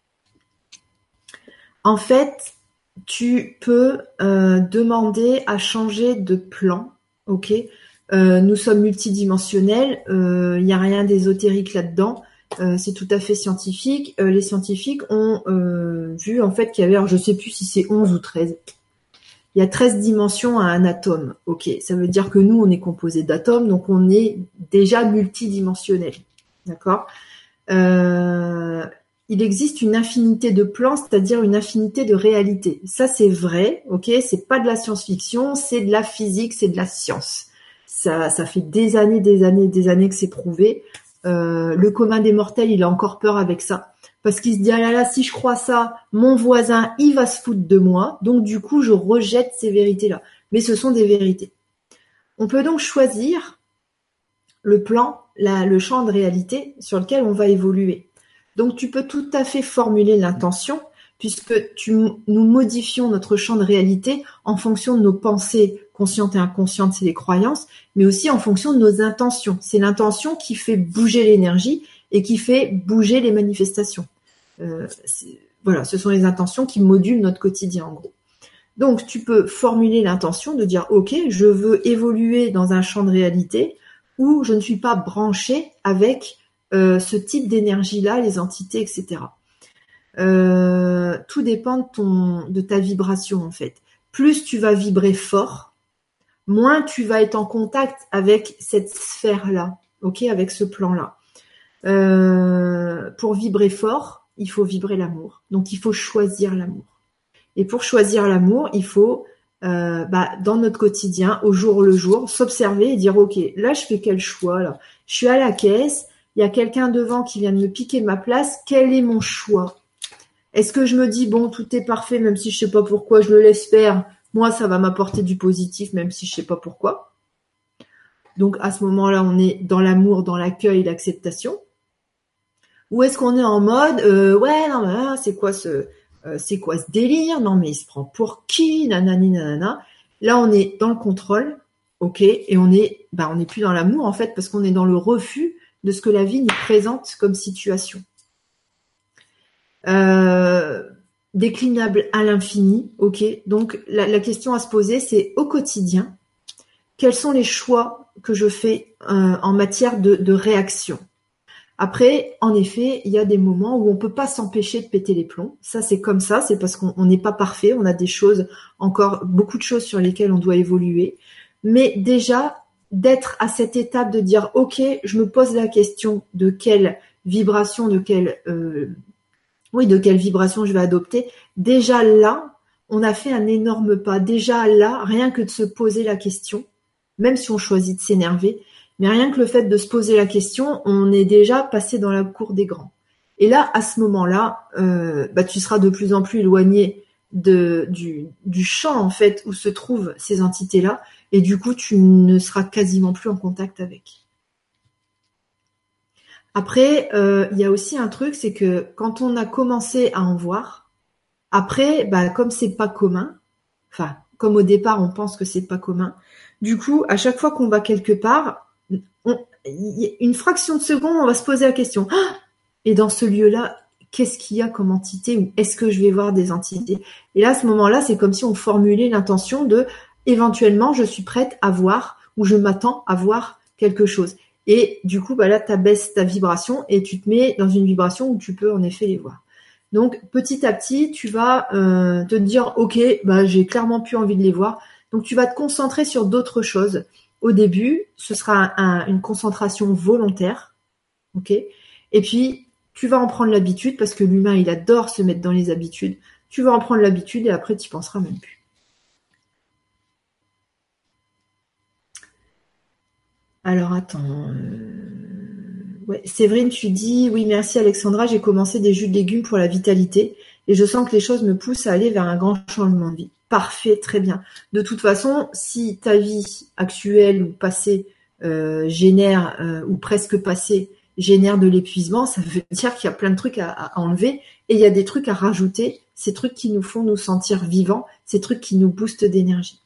En fait, tu peux demander à changer de plan, ok? Nous sommes multidimensionnels, il n'y a rien d'ésotérique là-dedans, c'est tout à fait scientifique. Les scientifiques ont vu en fait qu'il y avait, alors je sais plus si c'est 11 ou 13, il y a 13 dimensions à un atome, ok? Ça veut dire que nous, on est composé d'atomes, donc on est déjà multidimensionnel, d'accord? Euh, il existe une infinité de plans, c'est-à-dire une infinité de réalités. Ça, c'est vrai, ok? C'est pas de la science-fiction, c'est de la physique, c'est de la science. Ça fait des années, des années, des années que c'est prouvé. Le commun des mortels, il a encore peur avec ça. Parce qu'il se dit, ah là là, si je crois ça, mon voisin, il va se foutre de moi. Donc, du coup, je rejette ces vérités-là. Mais ce sont des vérités. On peut donc choisir le plan, le champ de réalité sur lequel on va évoluer. Donc tu peux tout à fait formuler l'intention, puisque nous modifions notre champ de réalité en fonction de nos pensées conscientes et inconscientes, c'est les croyances, mais aussi en fonction de nos intentions. C'est l'intention qui fait bouger l'énergie et qui fait bouger les manifestations. Voilà, ce sont les intentions qui modulent notre quotidien en gros. Donc tu peux formuler l'intention de dire ok, je veux évoluer dans un champ de réalité où je ne suis pas branchée avec ce type d'énergie-là, les entités, etc. Tout dépend de ta vibration en fait. Plus tu vas vibrer fort, moins tu vas être en contact avec cette sphère-là, ok, avec ce plan-là. Pour vibrer fort, il faut vibrer l'amour. Donc il faut choisir l'amour. Et pour choisir l'amour, il faut, dans notre quotidien, au jour le jour, s'observer et dire, ok, là, je fais quel choix là? Je suis à la caisse, il y a quelqu'un devant qui vient de me piquer ma place. Quel est mon choix? Est-ce que je me dis, bon, tout est parfait, même si je sais pas pourquoi, je le laisse faire. Moi, ça va m'apporter du positif, même si je sais pas pourquoi. Donc, à ce moment-là, on est dans l'amour, dans l'accueil, l'acceptation. Ou est-ce qu'on est en mode ouais non mais c'est quoi ce délire? Non mais il se prend pour qui? Nanani nanana. Là on est dans le contrôle, ok, et on est plus dans l'amour en fait parce qu'on est dans le refus de ce que la vie nous présente comme situation. Déclinable à l'infini, ok. Donc la question à se poser c'est au quotidien, quels sont les choix que je fais en matière de réaction? Après, en effet, il y a des moments où on peut pas s'empêcher de péter les plombs. Ça, c'est comme ça, c'est parce qu'on n'est pas parfait. On a des choses, encore beaucoup de choses sur lesquelles on doit évoluer. Mais déjà, d'être à cette étape de dire, OK, je me pose la question de quelle vibration, de quelle vibration je vais adopter. Déjà là, on a fait un énorme pas. Déjà là, rien que de se poser la question, même si on choisit de s'énerver. Mais rien que le fait de se poser la question, on est déjà passé dans la cour des grands. Et là, à ce moment-là, tu seras de plus en plus éloigné du champ en fait où se trouvent ces entités-là, et du coup, tu ne seras quasiment plus en contact avec. Après, il y a aussi un truc, c'est que quand on a commencé à en voir, après, comme c'est pas commun, enfin, comme au départ, on pense que c'est pas commun, du coup, à chaque fois qu'on va quelque part, une fraction de seconde, on va se poser la question. Ah, et dans ce lieu-là, qu'est-ce qu'il y a comme entité, ou est-ce que je vais voir des entités? Et là, à ce moment-là, c'est comme si on formulait l'intention de éventuellement, je suis prête à voir ou je m'attends à voir quelque chose. Et du coup, là, tu abaisses ta vibration et tu te mets dans une vibration où tu peux en effet les voir. Donc, petit à petit, tu vas te dire, ok, j'ai clairement plus envie de les voir. Donc, tu vas te concentrer sur d'autres choses. Au début, ce sera une concentration volontaire, ok. Et puis, tu vas en prendre l'habitude parce que l'humain, il adore se mettre dans les habitudes. Tu vas en prendre l'habitude et après, tu y penseras même plus. Alors, attends. Ouais, Séverine, tu dis, oui, merci Alexandra, j'ai commencé des jus de légumes pour la vitalité et je sens que les choses me poussent à aller vers un grand changement de vie. Parfait, très bien. De toute façon, si ta vie actuelle ou passée génère, ou presque passée, génère de l'épuisement, ça veut dire qu'il y a plein de trucs à enlever et il y a des trucs à rajouter, ces trucs qui nous font nous sentir vivants, ces trucs qui nous boostent d'énergie.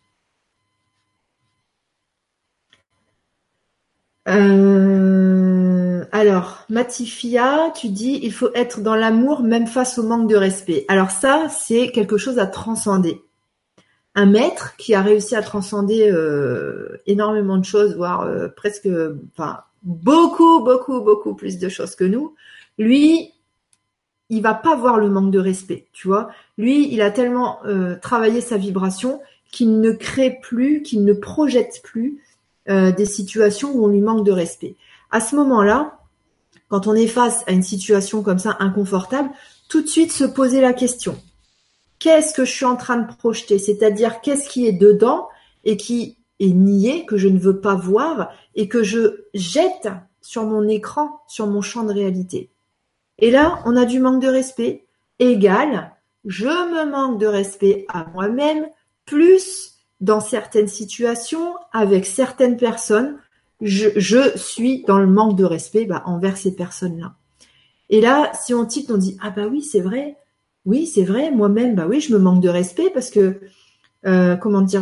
Alors, Matifia, tu dis, il faut être dans l'amour même face au manque de respect. Alors ça, c'est quelque chose à transcender. Un maître qui a réussi à transcender énormément de choses, voire beaucoup, beaucoup, beaucoup plus de choses que nous, lui, il va pas voir le manque de respect, tu vois. Lui, il a tellement travaillé sa vibration qu'il ne crée plus, qu'il ne projette plus des situations où on lui manque de respect. À ce moment-là, quand on est face à une situation comme ça inconfortable, tout de suite se poser la question. Qu'est-ce que je suis en train de projeter? C'est-à-dire, qu'est-ce qui est dedans et qui est nié, que je ne veux pas voir et que je jette sur mon écran, sur mon champ de réalité. Et là, on a du manque de respect égal, je me manque de respect à moi-même, plus dans certaines situations, avec certaines personnes, je suis dans le manque de respect envers ces personnes-là. Et là, si on titre, on dit ah oui c'est vrai, moi-même oui je me manque de respect parce que comment dire,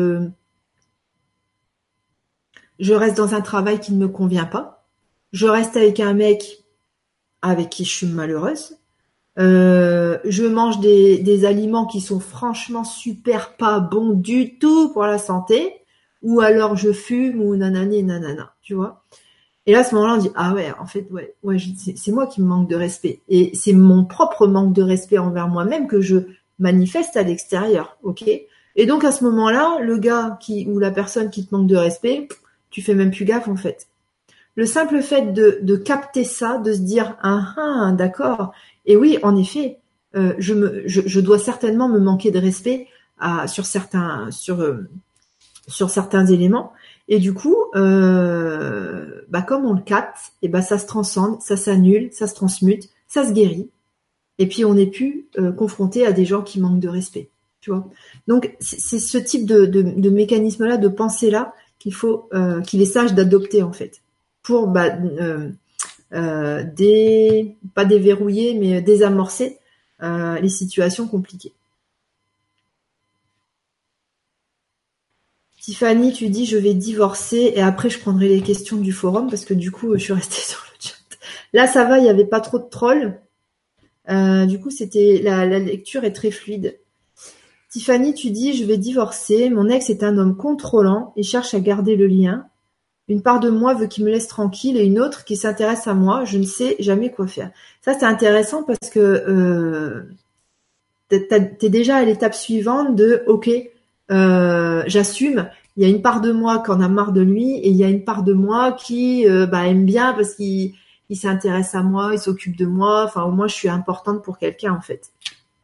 je reste dans un travail qui ne me convient pas, je reste avec un mec avec qui je suis malheureuse, je mange des aliments qui sont franchement super pas bons du tout pour la santé, ou alors je fume ou nanani nanana, tu vois. Et là, à ce moment-là, on dit ah ouais, en fait, ouais, c'est moi qui me manque de respect. Et c'est mon propre manque de respect envers moi-même que je manifeste à l'extérieur, ok. Et donc à ce moment-là, le gars ou la personne qui te manque de respect, tu fais même plus gaffe en fait. Le simple fait de capter ça, de se dire ah d'accord. Et oui, en effet, je dois certainement me manquer de respect sur certains éléments. Et du coup, comme on le capte, et ça se transcende, ça s'annule, ça se transmute, ça se guérit. Et puis on n'est plus confronté à des gens qui manquent de respect. Tu vois. Donc c'est ce type de mécanisme-là, de pensée-là, qu'il est sage d'adopter en fait, pour pas déverrouiller, mais désamorcer les situations compliquées. Tiffany, tu dis je vais divorcer et après je prendrai les questions du forum parce que du coup je suis restée sur le chat. Là ça va, il n'y avait pas trop de trolls. Du coup c'était la lecture est très fluide. Tiffany, tu dis je vais divorcer. Mon ex est un homme contrôlant et cherche à garder le lien. Une part de moi veut qu'il me laisse tranquille et une autre qui s'intéresse à moi. Je ne sais jamais quoi faire. Ça c'est intéressant parce que t'es déjà à l'étape suivante de ok, j'assume. Il y a une part de moi qui en a marre de lui et il y a une part de moi qui aime bien parce qu'il s'intéresse à moi, il s'occupe de moi. Enfin, au moins, je suis importante pour quelqu'un en fait.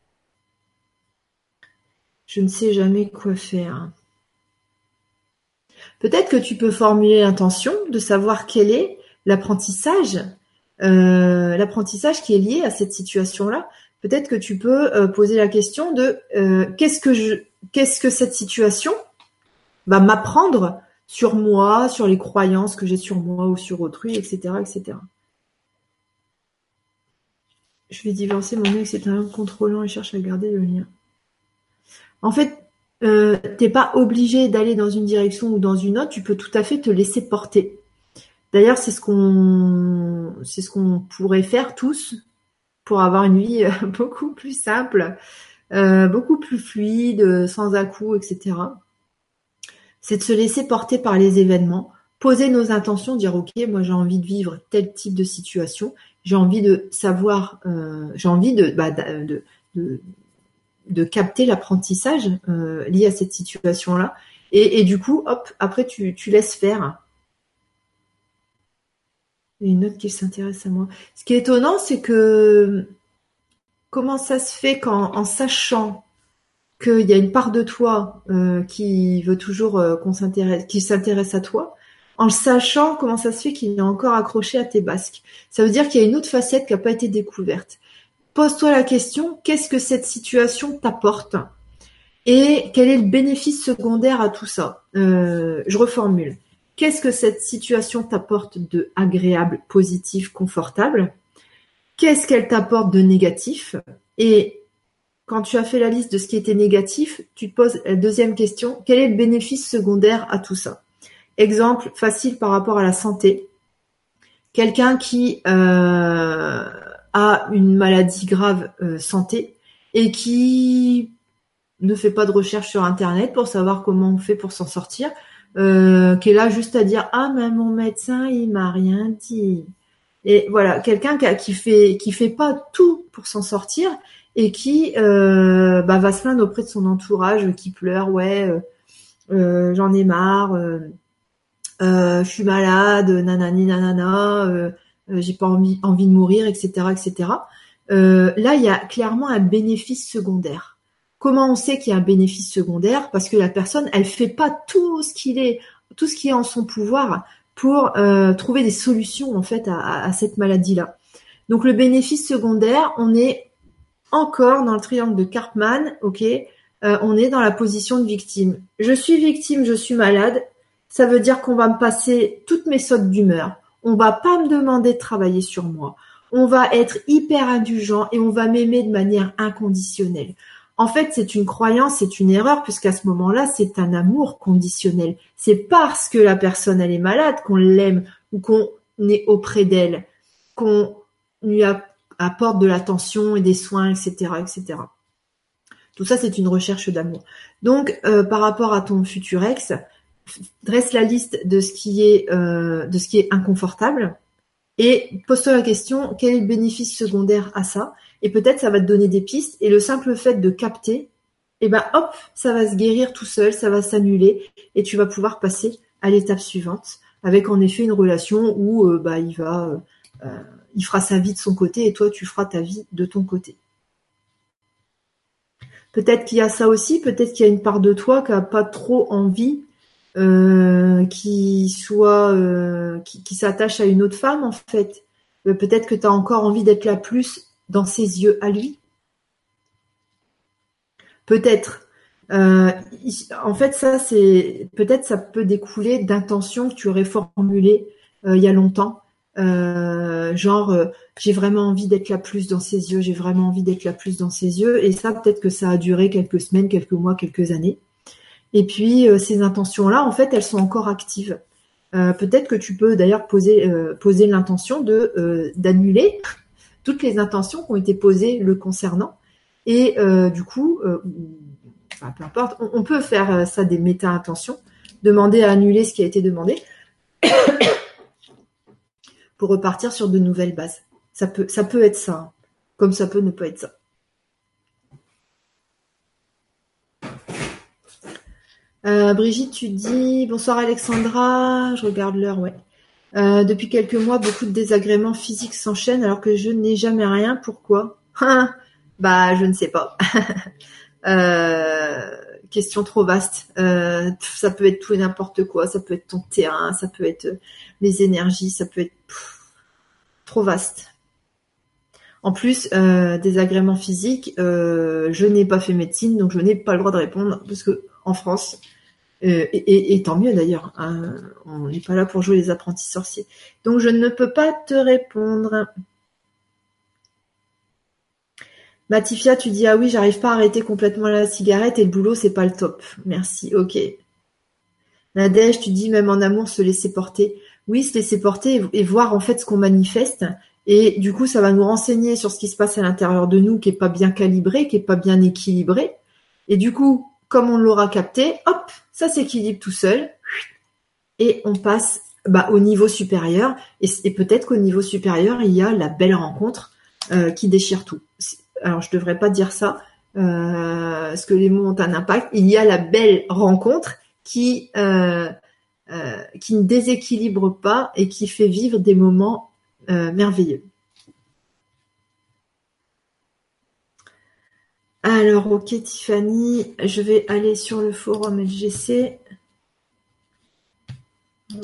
Je ne sais jamais quoi faire. Peut-être que tu peux formuler l'intention de savoir quel est l'apprentissage qui est lié à cette situation-là. Peut-être que tu peux poser la question de qu'est-ce que cette situation va m'apprendre sur moi, sur les croyances que j'ai sur moi ou sur autrui, etc., etc. Je vais divorcer, mon ex est un homme contrôlant et cherche à garder le lien. En fait, t'es pas obligé d'aller dans une direction ou dans une autre, tu peux tout à fait te laisser porter. D'ailleurs, c'est ce qu'on pourrait faire tous pour avoir une vie beaucoup plus simple, beaucoup plus fluide, sans à-coups, etc. C'est de se laisser porter par les événements, poser nos intentions, dire ok, moi j'ai envie de vivre tel type de situation, j'ai envie de savoir, j'ai envie de capter l'apprentissage lié à cette situation-là, et du coup, hop, après tu laisses faire. Il y a une autre qui s'intéresse à moi. Ce qui est étonnant, c'est que comment ça se fait qu'en sachant qu'il y a une part de toi qui veut toujours qui s'intéresse à toi, en le sachant, comment ça se fait qu'il est encore accroché à tes basques. Ça veut dire qu'il y a une autre facette qui n'a pas été découverte. Pose-toi la question, qu'est-ce que cette situation t'apporte et quel est le bénéfice secondaire à tout ça? Je reformule. Qu'est-ce que cette situation t'apporte de agréable, positif, confortable? Qu'est-ce qu'elle t'apporte de négatif? Et quand tu as fait la liste de ce qui était négatif, tu te poses la deuxième question, quel est le bénéfice secondaire à tout ça? Exemple facile par rapport à la santé. Quelqu'un qui a une maladie grave santé et qui ne fait pas de recherche sur Internet pour savoir comment on fait pour s'en sortir, qui est là juste à dire « Ah, mais mon médecin, il m'a rien dit ». Et voilà, quelqu'un qui fait pas tout pour s'en sortir et qui va se plaindre auprès de son entourage, qui pleure, ouais, j'en ai marre, je suis malade, nanani nanana, j'ai pas envie de mourir, etc., etc. Là, il y a clairement un bénéfice secondaire. Comment on sait qu'il y a un bénéfice secondaire? Parce que la personne, elle fait pas tout ce qui est en son pouvoir pour trouver des solutions en fait à cette maladie-là. Donc le bénéfice secondaire, on est encore dans le triangle de Karpman, ok, on est dans la position de victime. Je suis victime, je suis malade, ça veut dire qu'on va me passer toutes mes sautes d'humeur, on va pas me demander de travailler sur moi, on va être hyper indulgent et on va m'aimer de manière inconditionnelle. En fait, c'est une croyance, c'est une erreur, puisqu'à ce moment-là, c'est un amour conditionnel. C'est parce que la personne, elle est malade, qu'on l'aime ou qu'on est auprès d'elle, qu'on lui apporte de l'attention et des soins, etc., etc. Tout ça, c'est une recherche d'amour. Donc, par rapport à ton futur ex, dresse la liste de ce qui est inconfortable et pose-toi la question, quel est le bénéfice secondaire à ça? Et peut-être ça va te donner des pistes. Et le simple fait de capter, et ben hop, ça va se guérir tout seul, ça va s'annuler et tu vas pouvoir passer à l'étape suivante avec en effet une relation où il fera sa vie de son côté et toi tu feras ta vie de ton côté. Peut-être qu'il y a ça aussi, peut-être qu'il y a une part de toi qui a pas trop envie qui s'attache à une autre femme en fait. Peut-être que tu as encore envie d'être là plus dans ses yeux à lui. Peut-être. En fait, peut-être ça peut découler d'intentions que tu aurais formulées il y a longtemps. J'ai vraiment envie d'être là plus dans ses yeux, j'ai vraiment envie d'être là plus dans ses yeux. Et ça, peut-être que ça a duré quelques semaines, quelques mois, quelques années. Et puis, ces intentions-là, en fait, elles sont encore actives. Peut-être que tu peux d'ailleurs poser l'intention d'annuler toutes les intentions qui ont été posées le concernant. Et du coup, peu importe, on peut faire ça des méta-intentions, demander à annuler ce qui a été demandé pour repartir sur de nouvelles bases. Ça peut être ça, hein, comme ça peut ne pas être ça. Brigitte, tu dis bonsoir Alexandra, je regarde l'heure, ouais. Depuis quelques mois, beaucoup de désagréments physiques s'enchaînent alors que je n'ai jamais rien. Pourquoi? Bah, je ne sais pas. question trop vaste. Ça peut être tout et n'importe quoi. Ça peut être ton terrain, ça peut être les énergies, ça peut être trop vaste. En plus, désagréments physiques, je n'ai pas fait médecine, donc je n'ai pas le droit de répondre, parce que en France, et tant mieux d'ailleurs, hein, on n'est pas là pour jouer les apprentis sorciers. Donc je ne peux pas te répondre. Matifia, tu dis, ah oui, j'arrive pas à arrêter complètement la cigarette et le boulot, c'est pas le top. Merci, ok. Nadège, tu dis, même en amour, se laisser porter. Oui, se laisser porter et voir en fait ce qu'on manifeste. Et du coup, ça va nous renseigner sur ce qui se passe à l'intérieur de nous, qui est pas bien calibré, qui est pas bien équilibré. Et du coup, comme on l'aura capté, hop, ça s'équilibre tout seul. Et on passe au niveau supérieur. Et peut-être qu'au niveau supérieur, il y a la belle rencontre qui déchire tout. Alors, je devrais pas dire ça, parce que les mots ont un impact. Il y a la belle rencontre qui ne déséquilibre pas et qui fait vivre des moments merveilleux. Alors, ok Tiffany, je vais aller sur le forum LGC. Hop.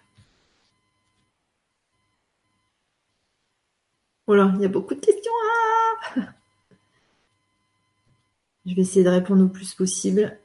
Voilà, il y a beaucoup de questions. Je vais essayer de répondre au plus possible.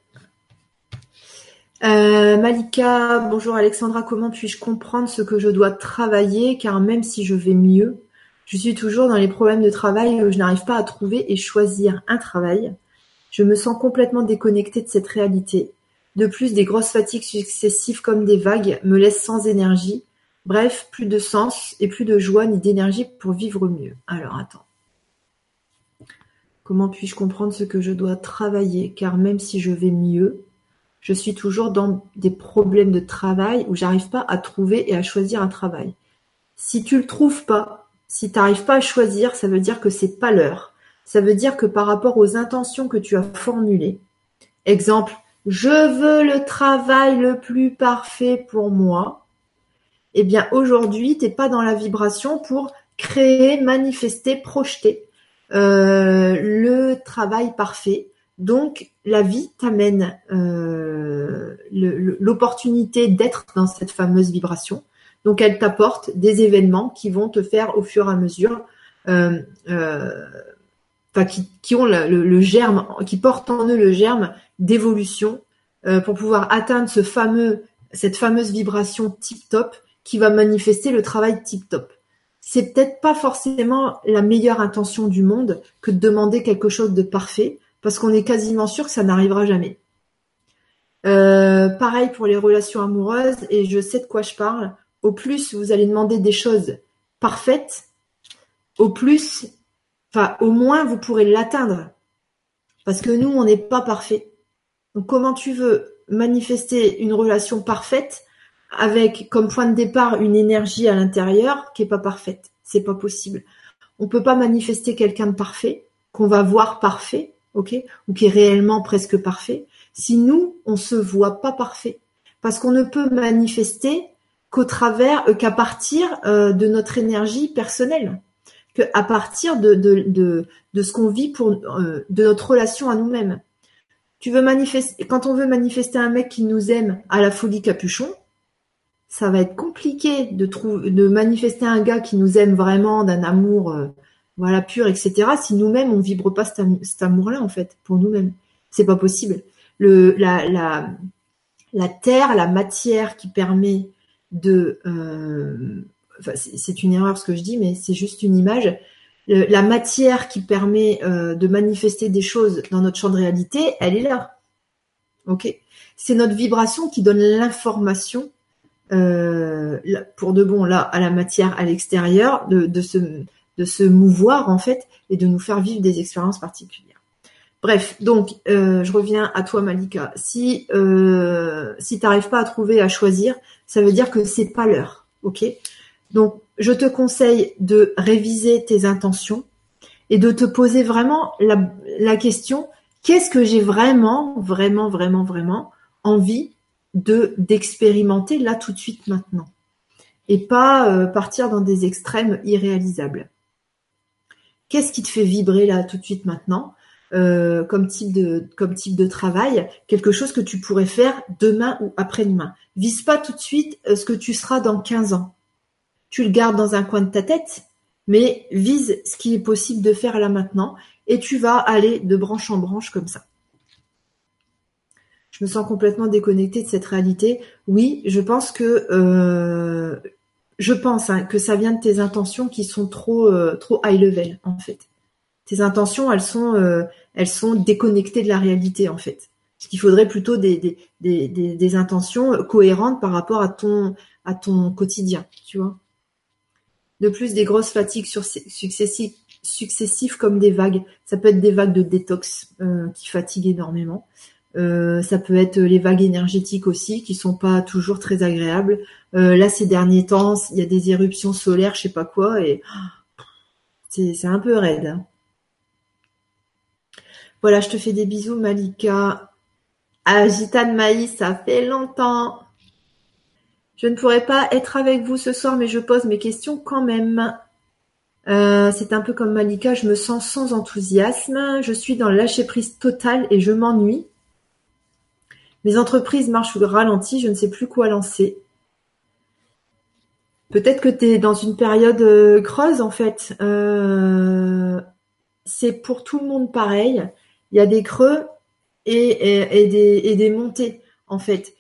Malika, bonjour Alexandra, comment puis-je comprendre ce que je dois travailler, car même si je vais mieux, je suis toujours dans les problèmes de travail où je n'arrive pas à trouver et choisir un travail. Je me sens complètement déconnectée de cette réalité. De plus, des grosses fatigues successives comme des vagues me laissent sans énergie. Bref, plus de sens et plus de joie ni d'énergie pour vivre mieux. Alors attends. Comment puis-je comprendre ce que je dois travailler, car même si je vais mieux, je suis toujours dans des problèmes de travail où j'arrive pas à trouver et à choisir un travail. Si tu le trouves pas, si tu n'arrives pas à choisir, ça veut dire que c'est pas l'heure. Ça veut dire que par rapport aux intentions que tu as formulées, exemple, je veux le travail le plus parfait pour moi, eh bien aujourd'hui, tu n'es pas dans la vibration pour créer, manifester, projeter le travail parfait. Donc, la vie t'amène l'opportunité d'être dans cette fameuse vibration. Donc, elle t'apporte des événements qui vont te faire au fur et à mesure, qui ont le germe, qui portent en eux le germe d'évolution pour pouvoir atteindre cette fameuse vibration tip-top qui va manifester le travail tip-top. C'est peut-être pas forcément la meilleure intention du monde que de demander quelque chose de parfait, parce qu'on est quasiment sûr que ça n'arrivera jamais. Pareil pour les relations amoureuses, et je sais de quoi je parle. Au plus vous allez demander des choses parfaites, au moins vous pourrez l'atteindre. Parce que nous, on n'est pas parfait. Donc comment tu veux manifester une relation parfaite avec comme point de départ une énergie à l'intérieur qui est pas parfaite? C'est pas possible. On peut pas manifester quelqu'un de parfait, qu'on va voir parfait, ok, ou qui est réellement presque parfait, si nous, on se voit pas parfait. Parce qu'on ne peut manifester qu'à partir de notre énergie personnelle, qu'à partir de ce qu'on vit de notre relation à nous-mêmes. Quand on veut manifester un mec qui nous aime à la folie capuchon, ça va être compliqué de manifester un gars qui nous aime vraiment d'un amour pur, etc. si nous-mêmes on vibre pas cet amour-là en fait pour nous-mêmes. C'est pas possible. La terre, la matière qui permet de c'est une erreur ce que je dis, mais c'est juste une image. La matière qui permet de manifester des choses dans notre champ de réalité, elle est là. Ok, c'est notre vibration qui donne l'information pour de bon là à la matière à l'extérieur de se mouvoir en fait et de nous faire vivre des expériences particulières. Bref, donc je reviens à toi Malika. Si t'arrives pas à trouver, à choisir, ça veut dire que c'est pas l'heure, ok? Donc je te conseille de réviser tes intentions et de te poser vraiment la question, qu'est-ce que j'ai vraiment envie d'expérimenter là tout de suite maintenant, et pas partir dans des extrêmes irréalisables. Qu'est-ce qui te fait vibrer là tout de suite maintenant? comme type de travail, quelque chose que tu pourrais faire demain ou après-demain. Vise pas tout de suite ce que tu seras dans 15 ans. Tu le gardes dans un coin de ta tête, mais vise ce qui est possible de faire là maintenant et tu vas aller de branche en branche comme ça. Je me sens complètement déconnectée de cette réalité. Oui, je pense que que ça vient de tes intentions qui sont trop high level en fait. Tes intentions, elles sont déconnectées de la réalité en fait. Parce qu'il faudrait plutôt des intentions cohérentes par rapport à ton quotidien, tu vois. De plus, des grosses fatigues successives comme des vagues. Ça peut être des vagues de détox qui fatiguent énormément. Ça peut être les vagues énergétiques aussi qui sont pas toujours très agréables. Là, ces derniers temps, il y a des éruptions solaires, je sais pas quoi, et c'est un peu raide. Hein. Voilà, je te fais des bisous, Malika. Ah, Gitane Maïs, ça fait longtemps. Je ne pourrais pas être avec vous ce soir, mais je pose mes questions quand même. C'est un peu comme Malika, je me sens sans enthousiasme. Je suis dans le lâcher-prise total et je m'ennuie. Mes entreprises marchent au ralenti, je ne sais plus quoi lancer. Peut-être que tu es dans une période creuse en fait. C'est pour tout le monde pareil. Il y a des creux et des montées en fait.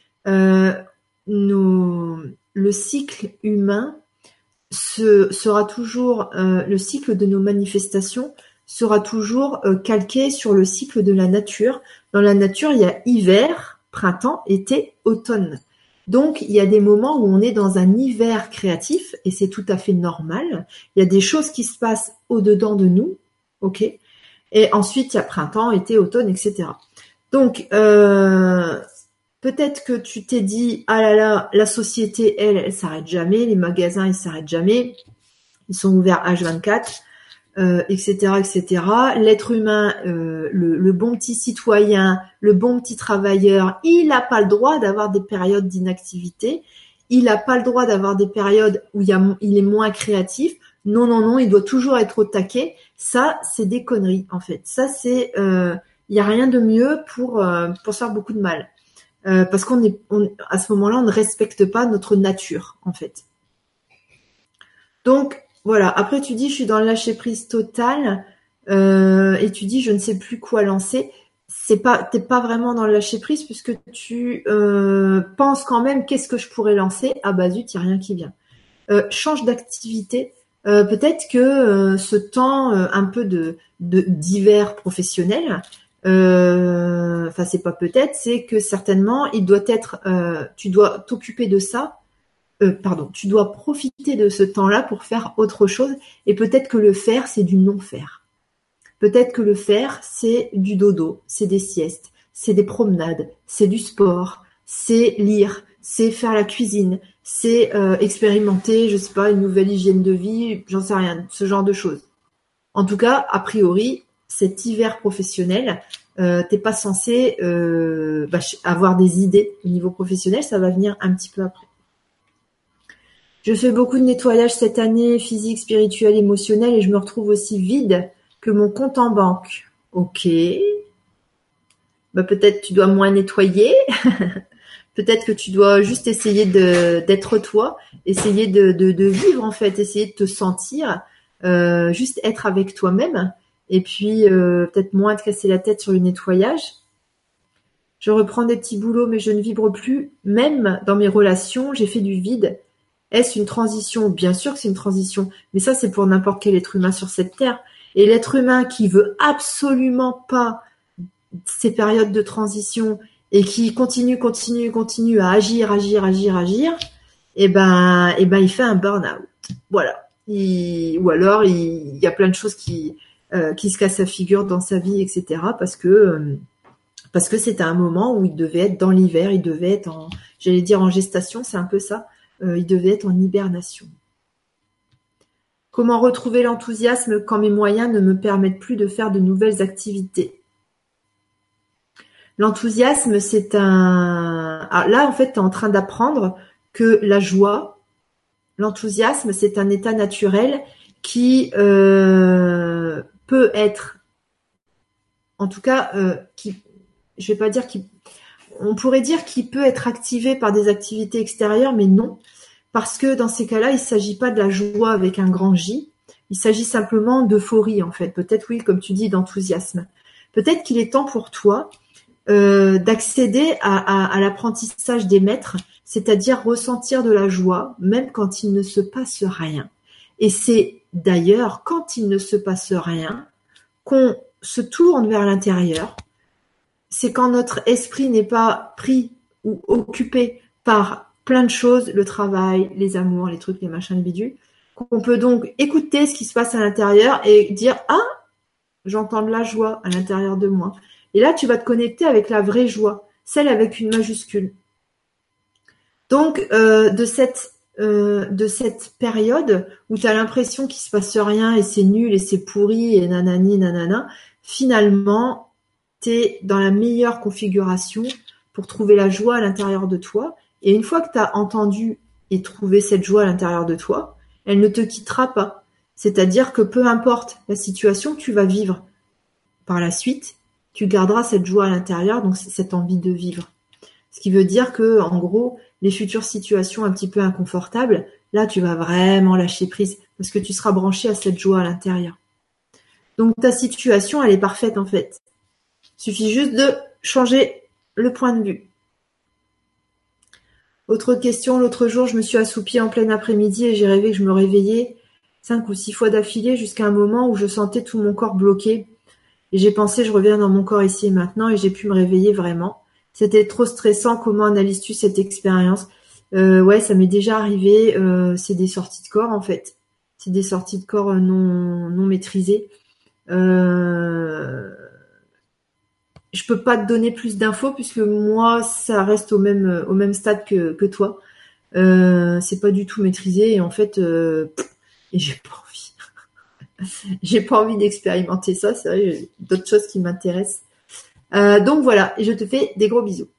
Le cycle humain sera toujours le cycle de nos manifestations sera toujours calqué sur le cycle de la nature. Dans la nature, il y a hiver, printemps, été, automne. Donc, il y a des moments où on est dans un hiver créatif et c'est tout à fait normal. Il y a des choses qui se passent au-dedans de nous, ok. Et ensuite, il y a printemps, été, automne, etc. Donc, peut-être que tu t'es dit, ah là là, la société, elle s'arrête jamais, les magasins, ils s'arrêtent jamais, ils sont ouverts H24, etc., etc. L'être humain, le bon petit citoyen, le bon petit travailleur, il n'a pas le droit d'avoir des périodes d'inactivité, il n'a pas le droit d'avoir des périodes où il est moins créatif. Non, non, non, il doit toujours être au taquet. Ça, c'est des conneries, en fait. Ça, c'est, il y a rien de mieux pour se faire beaucoup de mal. Parce à ce moment-là, on ne respecte pas notre nature, en fait. Donc, voilà. Après, tu dis, je suis dans le lâcher prise total, et tu dis, je ne sais plus quoi lancer. T'es pas vraiment dans le lâcher prise puisque tu penses quand même, qu'est-ce que je pourrais lancer? Ah bah zut, il n'y a rien qui vient. Change d'activité. Peut-être que ce temps un peu d'hiver professionnel, enfin c'est pas peut-être, c'est que certainement il doit être, tu dois t'occuper de ça. Tu dois profiter de ce temps-là pour faire autre chose. Et peut-être que le faire, c'est du non-faire. Peut-être que le faire, c'est du dodo, c'est des siestes, c'est des promenades, c'est du sport, c'est lire, c'est faire la cuisine, c'est expérimenter, je sais pas, une nouvelle hygiène de vie, j'en sais rien, ce genre de choses. En tout cas, a priori, cet hiver professionnel, t'es pas censé avoir des idées au niveau professionnel, ça va venir un petit peu après. Je fais beaucoup de nettoyage cette année, physique, spirituel, émotionnel, et je me retrouve aussi vide que mon compte en banque. Ok. Bah, peut-être tu dois moins nettoyer. Peut-être que tu dois juste essayer d'être toi, essayer de vivre en fait, essayer de te sentir, juste être avec toi-même, et puis peut-être moins te casser la tête sur le nettoyage. Je reprends des petits boulots, mais je ne vibre plus. Même dans mes relations, j'ai fait du vide. Est-ce une transition? Bien sûr que c'est une transition, mais ça c'est pour n'importe quel être humain sur cette terre. Et l'être humain qui veut absolument pas ces périodes de transition et qui continue à agir, il fait un burn-out. Voilà. Ou alors il y a plein de choses qui se cassent la figure dans sa vie, etc. Parce que c'était un moment où il devait être dans l'hiver, il devait être en gestation, c'est un peu ça. Il devait être en hibernation. Comment retrouver l'enthousiasme quand mes moyens ne me permettent plus de faire de nouvelles activités? L'enthousiasme, c'est un... Alors là, en fait, tu es en train d'apprendre que la joie, l'enthousiasme, c'est un état naturel qui peut être en tout cas, je vais pas dire on pourrait dire qu'il peut être activé par des activités extérieures, mais non, parce que dans ces cas-là, il ne s'agit pas de la joie avec un grand J, il s'agit simplement d'euphorie en fait, peut-être oui, comme tu dis, d'enthousiasme. Peut-être qu'il est temps pour toi d'accéder à l'apprentissage des maîtres, c'est-à-dire ressentir de la joie, même quand il ne se passe rien. Et c'est d'ailleurs quand il ne se passe rien qu'on se tourne vers l'intérieur. C'est quand notre esprit n'est pas pris ou occupé par plein de choses, le travail, les amours, les trucs, les machins, les bidules, qu'on peut donc écouter ce qui se passe à l'intérieur et dire « Ah, j'entends de la joie à l'intérieur de moi ». Et là, tu vas te connecter avec la vraie joie, celle avec une majuscule. Donc, de cette période où tu as l'impression qu'il se passe rien et c'est nul et c'est pourri et nanani, nanana, finalement, tu es dans la meilleure configuration pour trouver la joie à l'intérieur de toi. Et une fois que tu as entendu et trouvé cette joie à l'intérieur de toi, elle ne te quittera pas. C'est-à-dire que peu importe la situation que tu vas vivre par la suite, tu garderas cette joie à l'intérieur, donc cette envie de vivre. Ce qui veut dire que, en gros, les futures situations un petit peu inconfortables, là, tu vas vraiment lâcher prise parce que tu seras branché à cette joie à l'intérieur. Donc, ta situation, elle est parfaite, en fait. Il suffit juste de changer le point de vue. Autre question, l'autre jour, je me suis assoupie en plein après-midi et j'ai rêvé que je me réveillais 5 ou 6 fois d'affilée jusqu'à un moment où je sentais tout mon corps bloqué. Et j'ai pensé, je reviens dans mon corps ici et maintenant et j'ai pu me réveiller vraiment. C'était trop stressant. Comment analyses-tu cette expérience? Ouais, ça m'est déjà arrivé. C'est des sorties de corps en fait. C'est des sorties de corps non maîtrisées. Je peux pas te donner plus d'infos puisque moi, ça reste au même stade que toi. C'est pas du tout maîtrisé et en fait, et j'ai pas envie. J'ai pas envie d'expérimenter ça. C'est vrai, j'ai d'autres choses qui m'intéressent. Donc voilà, et je te fais des gros bisous.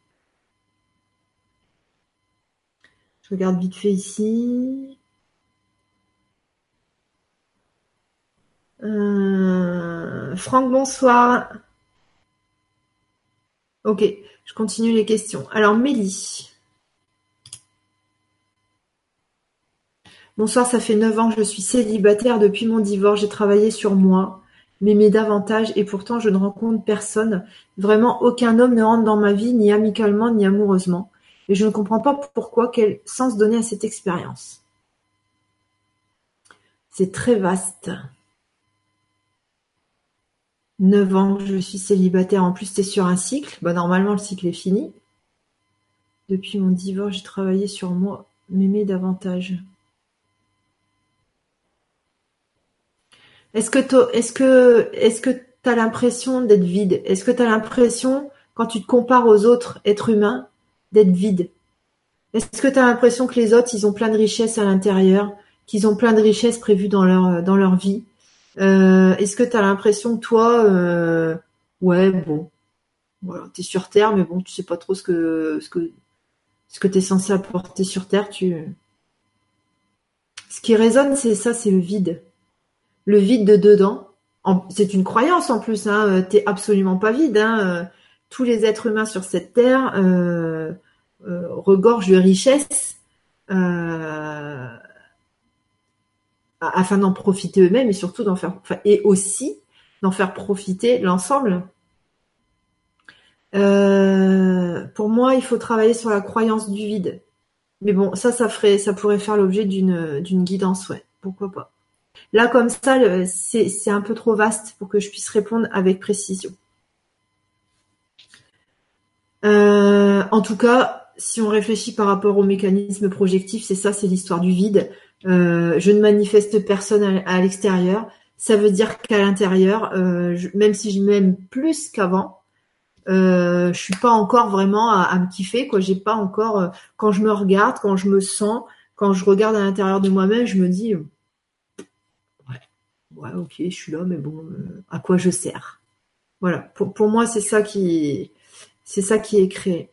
Je regarde vite fait ici. Franck, bonsoir. Ok, je continue les questions. Alors, Mélie. Bonsoir, ça fait 9 ans que je suis célibataire depuis mon divorce. J'ai travaillé sur moi, m'aimer davantage et pourtant je ne rencontre personne. Vraiment, aucun homme ne rentre dans ma vie, ni amicalement, ni amoureusement. Et je ne comprends pas pourquoi, quel sens donner à cette expérience. C'est très vaste. 9 ans que je suis célibataire. En plus, tu es sur un cycle. Bah, normalement, le cycle est fini. Depuis mon divorce, j'ai travaillé sur moi, m'aimer davantage. Est-ce que t'as l'impression d'être vide? Est-ce que t'as l'impression, quand tu te compares aux autres êtres humains, d'être vide? Est-ce que t'as l'impression que les autres, ils ont plein de richesses à l'intérieur, qu'ils ont plein de richesses prévues dans leur vie? Est-ce que t'as l'impression que toi, ouais, bon, voilà, t'es sur Terre, mais bon, tu sais pas trop ce que t'es censé apporter sur Terre. Ce qui résonne, c'est ça, c'est le vide. Le vide de dedans. C'est une croyance en plus, hein. T'es absolument pas vide, hein. Tous les êtres humains sur cette terre regorgent de richesses afin d'en profiter eux-mêmes et surtout et aussi d'en faire profiter l'ensemble. Pour moi, il faut travailler sur la croyance du vide. Mais bon, ça pourrait faire l'objet d'une guidance, ouais. Pourquoi pas. Là, comme ça, c'est un peu trop vaste pour que je puisse répondre avec précision. En tout cas, si on réfléchit par rapport au mécanisme projectif, c'est ça, c'est l'histoire du vide. Je ne manifeste personne à l'extérieur. Ça veut dire qu'à l'intérieur, même si je m'aime plus qu'avant, je suis pas encore vraiment à me kiffer, quoi. J'ai pas encore, quand je me regarde, quand je me sens, quand je regarde à l'intérieur de moi-même, je me dis, ouais, ok, je suis là, mais bon, à quoi je sers? Voilà. Pour moi, c'est ça qui est créé.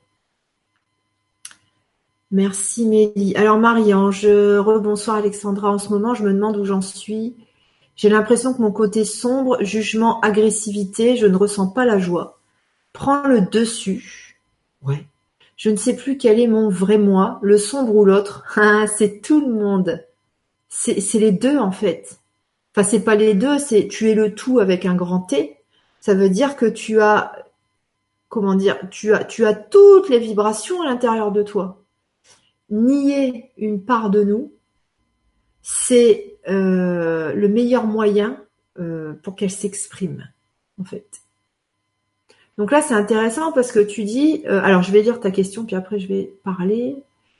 Merci Mélie. Alors Marie-Ange, rebonsoir Alexandra. En ce moment, je me demande où j'en suis. J'ai l'impression que mon côté sombre, jugement, agressivité, je ne ressens pas la joie. Prends le dessus. Ouais. Je ne sais plus quel est mon vrai moi, le sombre ou l'autre. Ah, c'est tout le monde. C'est les deux en fait. Enfin, c'est pas les deux, c'est tu es le tout avec un grand T. Ça veut dire que tu as, comment dire, tu as toutes les vibrations à l'intérieur de toi. Nier une part de nous, c'est le meilleur moyen pour qu'elle s'exprime, en fait. Donc là, c'est intéressant parce que tu dis, alors je vais lire ta question, puis après je vais parler.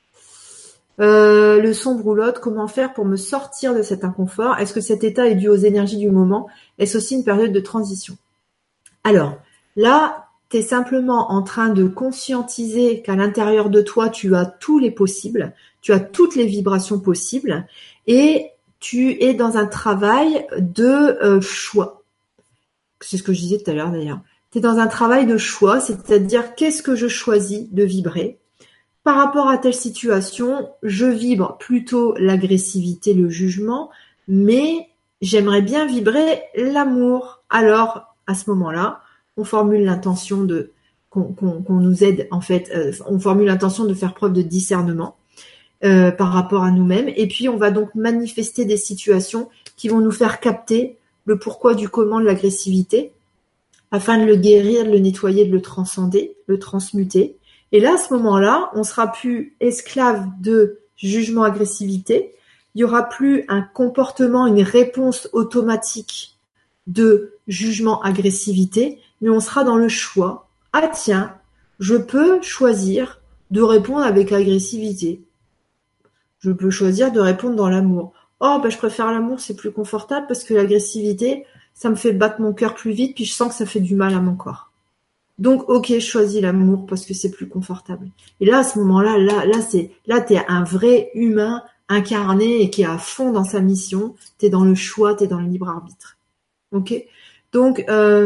Le sombre ou l'autre, comment faire pour me sortir de cet inconfort? Est-ce que cet état est dû aux énergies du moment? Est-ce aussi une période de transition? Alors, là, tu es simplement en train de conscientiser qu'à l'intérieur de toi, tu as tous les possibles, tu as toutes les vibrations possibles, et tu es dans un travail de choix. C'est ce que je disais tout à l'heure d'ailleurs. Tu es dans un travail de choix, c'est-à-dire qu'est-ce que je choisis de vibrer? Par rapport à telle situation, je vibre plutôt l'agressivité, le jugement, mais j'aimerais bien vibrer l'amour. Alors, à ce moment-là, on formule l'intention de qu'on nous aide en fait. On formule l'intention de faire preuve de discernement par rapport à nous-mêmes, et puis on va donc manifester des situations qui vont nous faire capter le pourquoi du comment de l'agressivité, afin de le guérir, de le nettoyer, de le transcender, le transmuter. Et là, à ce moment-là, on sera plus esclave de jugement, agressivité. Il y aura plus un comportement, une réponse automatique de jugement, agressivité, mais on sera dans le choix. Ah tiens, je peux choisir de répondre avec agressivité. Je peux choisir de répondre dans l'amour. Oh, ben, je préfère l'amour, c'est plus confortable parce que l'agressivité, ça me fait battre mon cœur plus vite, puis je sens que ça fait du mal à mon corps. Donc, ok, je choisis l'amour parce que c'est plus confortable. Et là, à ce moment-là, là, t'es un vrai humain incarné et qui est à fond dans sa mission. T'es dans le choix, t'es dans le libre arbitre. Ok. Donc,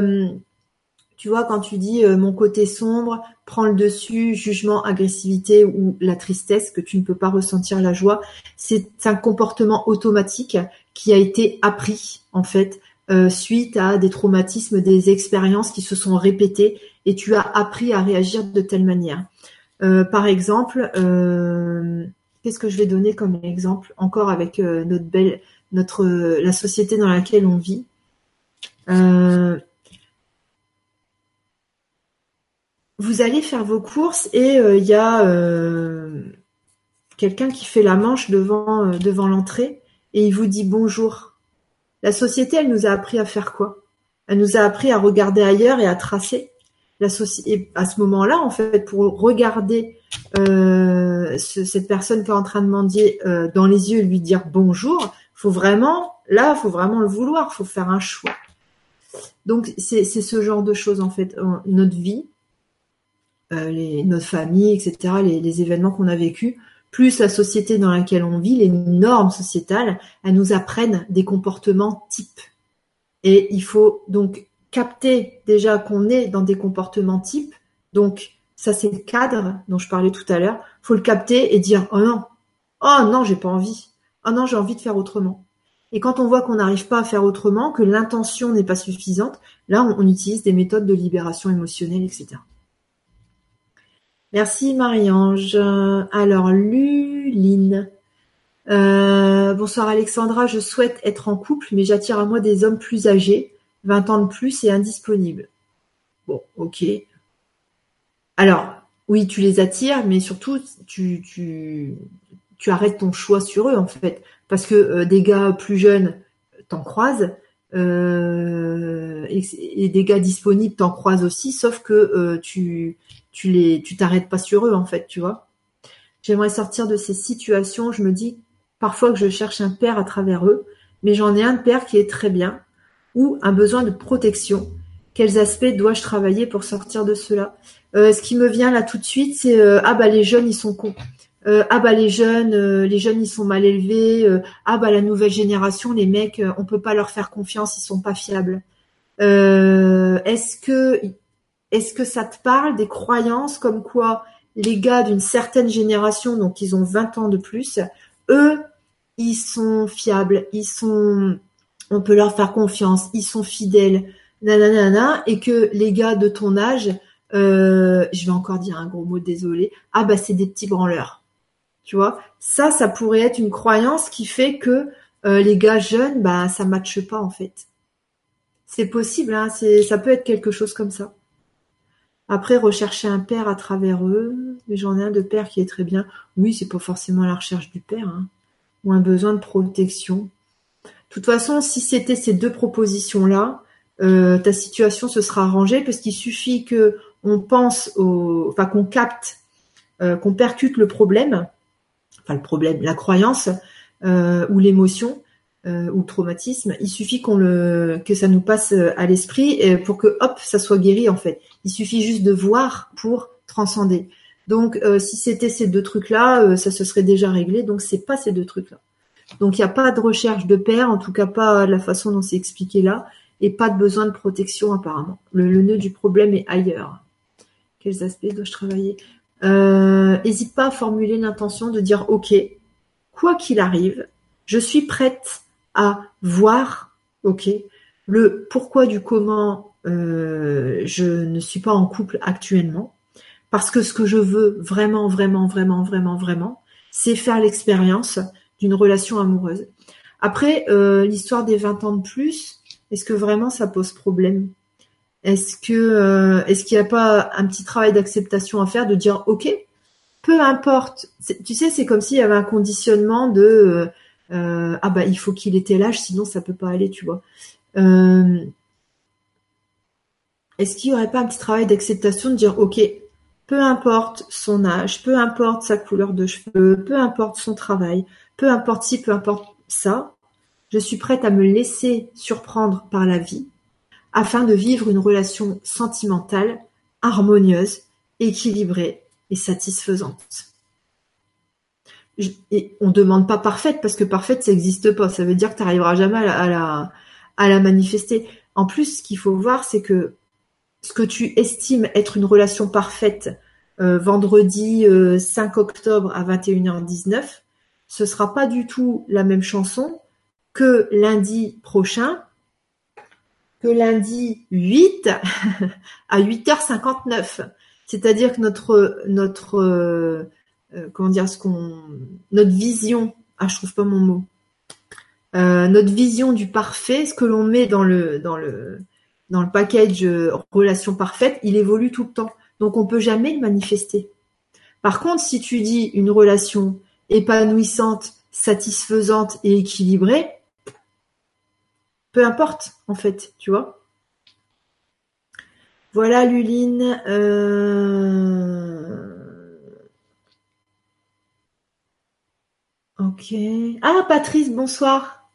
tu vois, quand tu dis mon côté sombre prend le dessus, jugement, agressivité ou la tristesse, que tu ne peux pas ressentir la joie, c'est un comportement automatique qui a été appris en fait suite à des traumatismes, des expériences qui se sont répétées et tu as appris à réagir de telle manière. Par exemple, qu'est-ce que je vais donner comme exemple encore avec la société dans laquelle on vit. Vous allez faire vos courses et il y a quelqu'un qui fait la manche devant l'entrée et il vous dit bonjour. La société, elle nous a appris à faire quoi? Elle nous a appris à regarder ailleurs et à tracer. Et à ce moment-là, en fait, pour regarder cette personne qui est en train de mendier dans les yeux et lui dire bonjour, faut vraiment le vouloir, faut faire un choix. Donc c'est ce genre de choses en fait, notre vie. Notre famille, etc., les événements qu'on a vécus, plus la société dans laquelle on vit, les normes sociétales, elles nous apprennent des comportements types. Et il faut donc capter déjà qu'on est dans des comportements types. Donc, ça, c'est le cadre dont je parlais tout à l'heure. Il faut le capter et dire « Oh non, j'ai pas envie. Oh non, j'ai envie de faire autrement. » Et quand on voit qu'on n'arrive pas à faire autrement, que l'intention n'est pas suffisante, là, on utilise des méthodes de libération émotionnelle, etc. Merci Marie-Ange. Alors, Luline. Bonsoir Alexandra, je souhaite être en couple, mais j'attire à moi des hommes plus âgés, 20 ans de plus et indisponibles. Bon, ok. Alors, oui, tu les attires, mais surtout, tu arrêtes ton choix sur eux, en fait. Parce que des gars plus jeunes, t'en croises, et des gars disponibles, t'en croises aussi, sauf que tu t'arrêtes pas sur eux, en fait, tu vois. J'aimerais sortir de ces situations. Je me dis parfois que je cherche un père à travers eux, mais j'en ai un père qui est très bien, ou un besoin de protection. Quels aspects dois-je travailler pour sortir de cela? Ce qui me vient là tout de suite, c'est ah bah les jeunes ils sont cons. Ah bah les jeunes ils sont mal élevés. Ah bah la nouvelle génération, les mecs, on peut pas leur faire confiance, ils sont pas fiables. Est-ce que ça te parle des croyances comme quoi les gars d'une certaine génération, donc ils ont 20 ans de plus, eux, ils sont fiables, ils sont on peut leur faire confiance, ils sont fidèles, nanana, et que les gars de ton âge, je vais encore dire un gros mot, désolé, ah bah c'est des petits branleurs. Tu vois, ça pourrait être une croyance qui fait que les gars jeunes, bah ça matche pas en fait. C'est possible, hein, ça peut être quelque chose comme ça. Après, rechercher un père à travers eux, mais j'en ai un de père qui est très bien. Oui, c'est pas forcément la recherche du père, hein, ou un besoin de protection. De toute façon, si c'était ces deux propositions-là, ta situation se sera arrangée parce qu'il suffit que on pense enfin qu'on capte, qu'on percute le problème, la croyance ou l'émotion ou le traumatisme. Il suffit que ça nous passe à l'esprit pour que hop, ça soit guéri en fait. Il suffit juste de voir pour transcender. Donc si c'était ces deux trucs-là, ça se serait déjà réglé. Donc c'est pas ces deux trucs-là. Donc il n'y a pas de recherche de père, en tout cas pas de la façon dont c'est expliqué là, et pas de besoin de protection apparemment. Le nœud du problème est ailleurs. Quels aspects dois-je travailler? Hésite pas à formuler l'intention de dire ok, quoi qu'il arrive, je suis prête à voir, ok, le pourquoi du comment je ne suis pas en couple actuellement, parce que ce que je veux vraiment, vraiment, vraiment, vraiment, vraiment, c'est faire l'expérience d'une relation amoureuse. Après, l'histoire des 20 ans de plus, est-ce que vraiment ça pose problème? Est-ce qu'il n'y a pas un petit travail d'acceptation à faire, de dire ok, peu importe, tu sais, c'est comme s'il y avait un conditionnement de ah bah il faut qu'il ait tel âge, sinon ça peut pas aller, tu vois. Euh, Est-ce qu'il y aurait pas un petit travail d'acceptation de dire ok, peu importe son âge, peu importe sa couleur de cheveux, peu importe son travail, peu importe ci, peu importe ça, je suis prête à me laisser surprendre par la vie afin de vivre une relation sentimentale, harmonieuse, équilibrée et satisfaisante. Et on demande pas parfaite parce que parfaite ça n'existe pas. Ça veut dire que tu n'arriveras jamais à la manifester. En plus, ce qu'il faut voir, c'est que ce que tu estimes être une relation parfaite vendredi 5 octobre à 21h19, ce sera pas du tout la même chanson que lundi prochain, que lundi 8 à 8h59. C'est-à-dire que comment dire, notre vision, je trouve pas mon mot, notre vision du parfait, ce que l'on met dans le package relation parfaite, il évolue tout le temps. Donc on peut jamais le manifester. Par contre, si tu dis une relation épanouissante, satisfaisante et équilibrée, peu importe en fait, tu vois. Voilà Luline. Ok. Ah Patrice, bonsoir.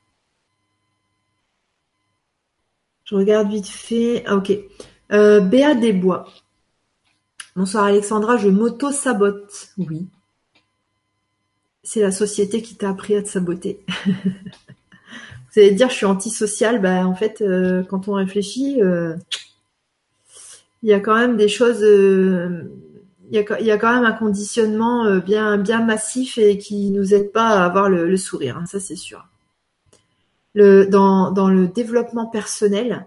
Je regarde vite fait. Ah, ok. Béa Desbois. Bonsoir Alexandra, je m'auto-sabote. Oui. C'est la société qui t'a appris à te saboter. Vous allez dire je suis antisociale, bah en fait quand on réfléchit, il y a quand même des choses, il y a quand même un conditionnement bien bien massif et qui nous aide pas à avoir le sourire, hein, ça c'est sûr. Dans le développement personnel,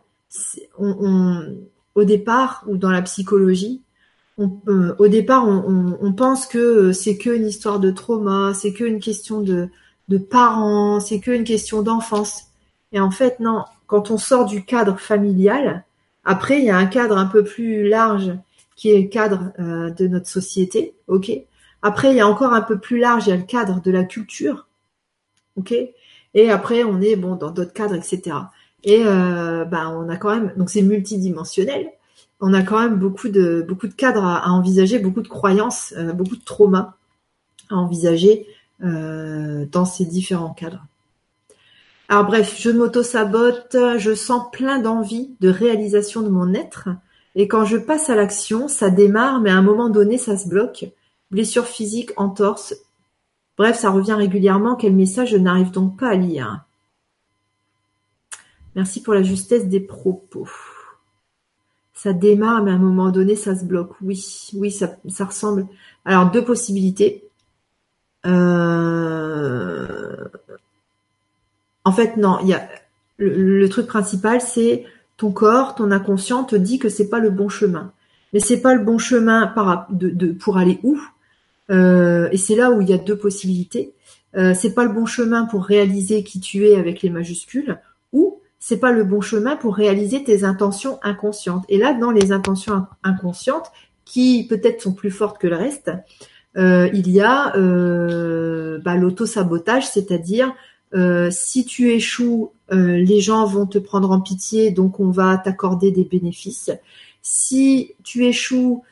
au départ ou dans la psychologie, au départ on pense que c'est qu'une histoire de trauma, c'est qu'une question de parents, c'est qu'une question d'enfance. Et en fait non, quand on sort du cadre familial, après il y a un cadre un peu plus large qui est le cadre de notre société, ok. Après il y a encore un peu plus large, il y a le cadre de la culture, ok. Et après on est bon dans d'autres cadres, etc. Et on a quand même, donc c'est multidimensionnel. On a quand même beaucoup de cadres à envisager, beaucoup de croyances, beaucoup de traumas à envisager dans ces différents cadres. Alors bref, je m'auto-sabote, je sens plein d'envie de réalisation de mon être, et quand je passe à l'action, ça démarre, mais à un moment donné, ça se bloque. Blessure physique, entorse. Bref, ça revient régulièrement. Quel message je n'arrive donc pas à lire? Merci pour la justesse des propos. Ça démarre, mais à un moment donné, ça se bloque. Oui, oui, ça ressemble. Alors, deux possibilités. En fait, non, Le truc principal, c'est ton corps, ton inconscient te dit que c'est pas le bon chemin. Mais c'est pas le bon chemin pour aller où? Et c'est là où il y a deux possibilités. C'est pas le bon chemin pour réaliser qui tu es avec les majuscules, ou c'est pas le bon chemin pour réaliser tes intentions inconscientes. Et là, dans les intentions inconscientes, qui peut-être sont plus fortes que le reste, il y a l'auto-sabotage, c'est-à-dire si tu échoues, les gens vont te prendre en pitié, donc on va t'accorder des bénéfices. Si tu échoues,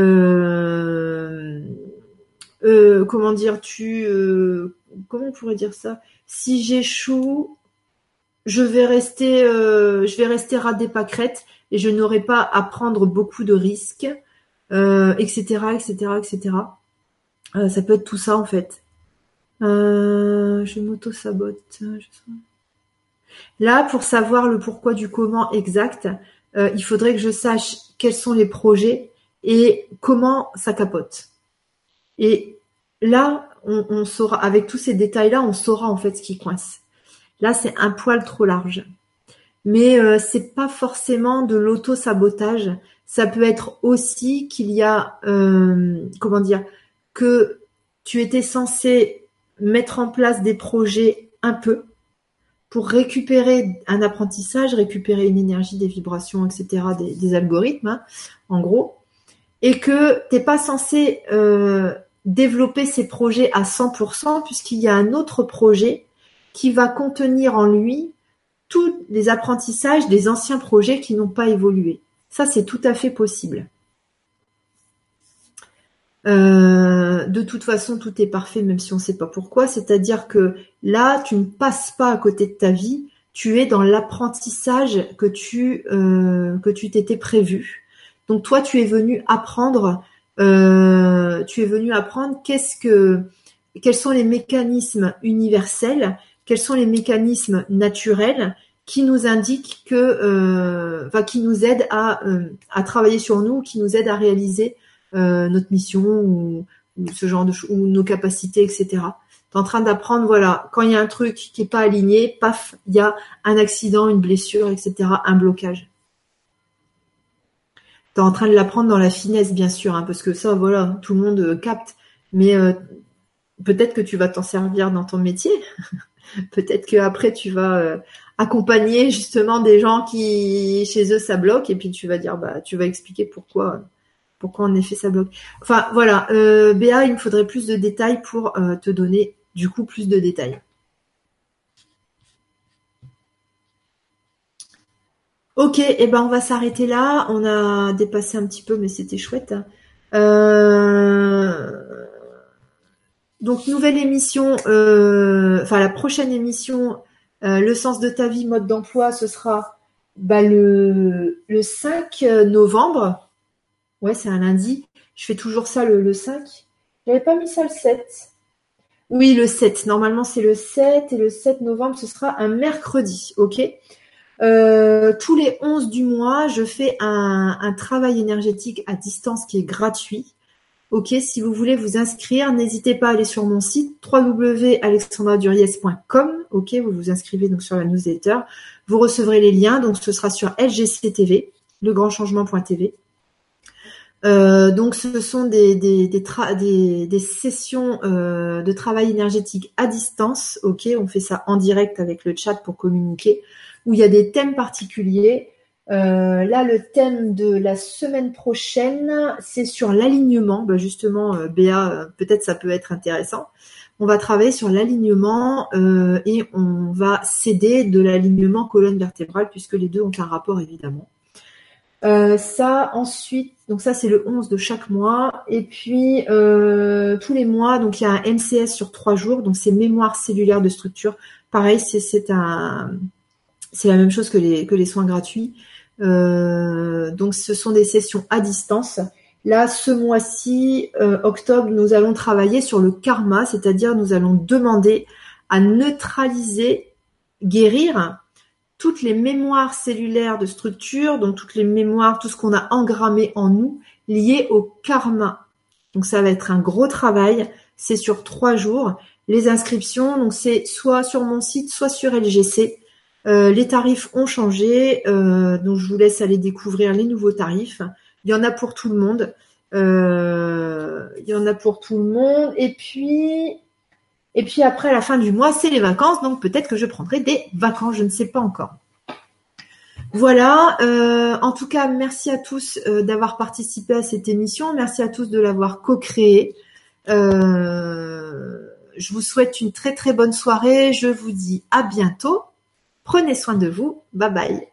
comment dire, comment on pourrait dire ça? Si j'échoue, je vais rester ras des pâquerettes et je n'aurai pas à prendre beaucoup de risques, etc., etc., etc. Ça peut être tout ça en fait. Je m'auto-sabote. Là, pour savoir le pourquoi du comment exact, il faudrait que je sache quels sont les projets et comment ça capote. Et là, on saura, avec tous ces détails-là, on saura en fait ce qui coince. Là, c'est un poil trop large. Mais c'est pas forcément de l'auto-sabotage. Ça peut être aussi qu'il y a, comment dire, que tu étais censé mettre en place des projets un peu pour récupérer un apprentissage, récupérer une énergie, des vibrations, etc., des algorithmes, hein, en gros, et que t'es pas censé développer ces projets à 100% puisqu'il y a un autre projet qui va contenir en lui tous les apprentissages des anciens projets qui n'ont pas évolué. Ça, c'est tout à fait possible. De toute façon, tout est parfait, même si on ne sait pas pourquoi. C'est-à-dire que là, tu ne passes pas à côté de ta vie. Tu es dans l'apprentissage que tu t'étais prévu. Donc toi, tu es venu apprendre. Quels sont les mécanismes universels, quels sont les mécanismes naturels qui nous indiquent qui nous aident à travailler sur nous, qui nous aident à réaliser notre mission ou ce genre de choses, ou nos capacités, etc. T'es en train d'apprendre, voilà, quand il y a un truc qui est pas aligné, paf, il y a un accident, une blessure, etc., un blocage. T'es en train de l'apprendre dans la finesse, bien sûr, hein, parce que ça, voilà, tout le monde capte. Mais peut-être que tu vas t'en servir dans ton métier. Peut-être que après tu vas accompagner justement des gens qui chez eux ça bloque et puis tu vas dire tu vas expliquer pourquoi en effet ça bloque. Enfin voilà, Béa, il me faudrait plus de détails pour te donner du coup plus de détails. Ok, et ben on va s'arrêter là. On a dépassé un petit peu, mais c'était chouette. Donc nouvelle émission, la prochaine émission, le sens de ta vie, mode d'emploi, ce sera le 5 novembre. Ouais, c'est un lundi. Je fais toujours ça le 5. J'avais pas mis ça le 7. Oui, le 7. Normalement, c'est le 7 et le 7 novembre, ce sera un mercredi. Ok. Tous les 11 du mois, je fais un travail énergétique à distance qui est gratuit. Ok, si vous voulez vous inscrire, n'hésitez pas à aller sur mon site www.alexandraduriez.com. Ok, vous vous inscrivez donc sur la newsletter. Vous recevrez les liens, donc ce sera sur LGC-TV, legrandchangement.tv. Donc ce sont des sessions de travail énergétique à distance. Ok, on fait ça en direct avec le chat pour communiquer, où il y a des thèmes particuliers. Là, le thème de la semaine prochaine, c'est sur l'alignement. Justement, Béa, peut-être ça peut être intéressant. On va travailler sur l'alignement et on va s'aider de l'alignement colonne vertébrale puisque les deux ont un rapport évidemment. Ça ensuite, donc ça c'est le 11 de chaque mois. Et puis tous les mois, donc il y a un MCS sur 3 jours, donc c'est mémoire cellulaire de structure. Pareil, c'est la même chose que les soins gratuits. Donc ce sont des sessions à distance. Là, ce mois-ci, octobre, nous allons travailler sur le karma, c'est-à-dire nous allons demander à neutraliser, guérir toutes les mémoires cellulaires de structure, donc toutes les mémoires, tout ce qu'on a engrammé en nous, lié au karma. Donc ça va être un gros travail, c'est sur 3 jours. Les inscriptions, donc c'est soit sur mon site, soit sur LGC. Les tarifs ont changé, donc je vous laisse aller découvrir les nouveaux tarifs. Il y en a pour tout le monde. Il y en a pour tout le monde. Et puis après, à la fin du mois, c'est les vacances, donc peut-être que je prendrai des vacances, je ne sais pas encore. Voilà, en tout cas, merci à tous d'avoir participé à cette émission. Merci à tous de l'avoir co-créée. Je vous souhaite une très très bonne soirée. Je vous dis à bientôt. Prenez soin de vous. Bye bye.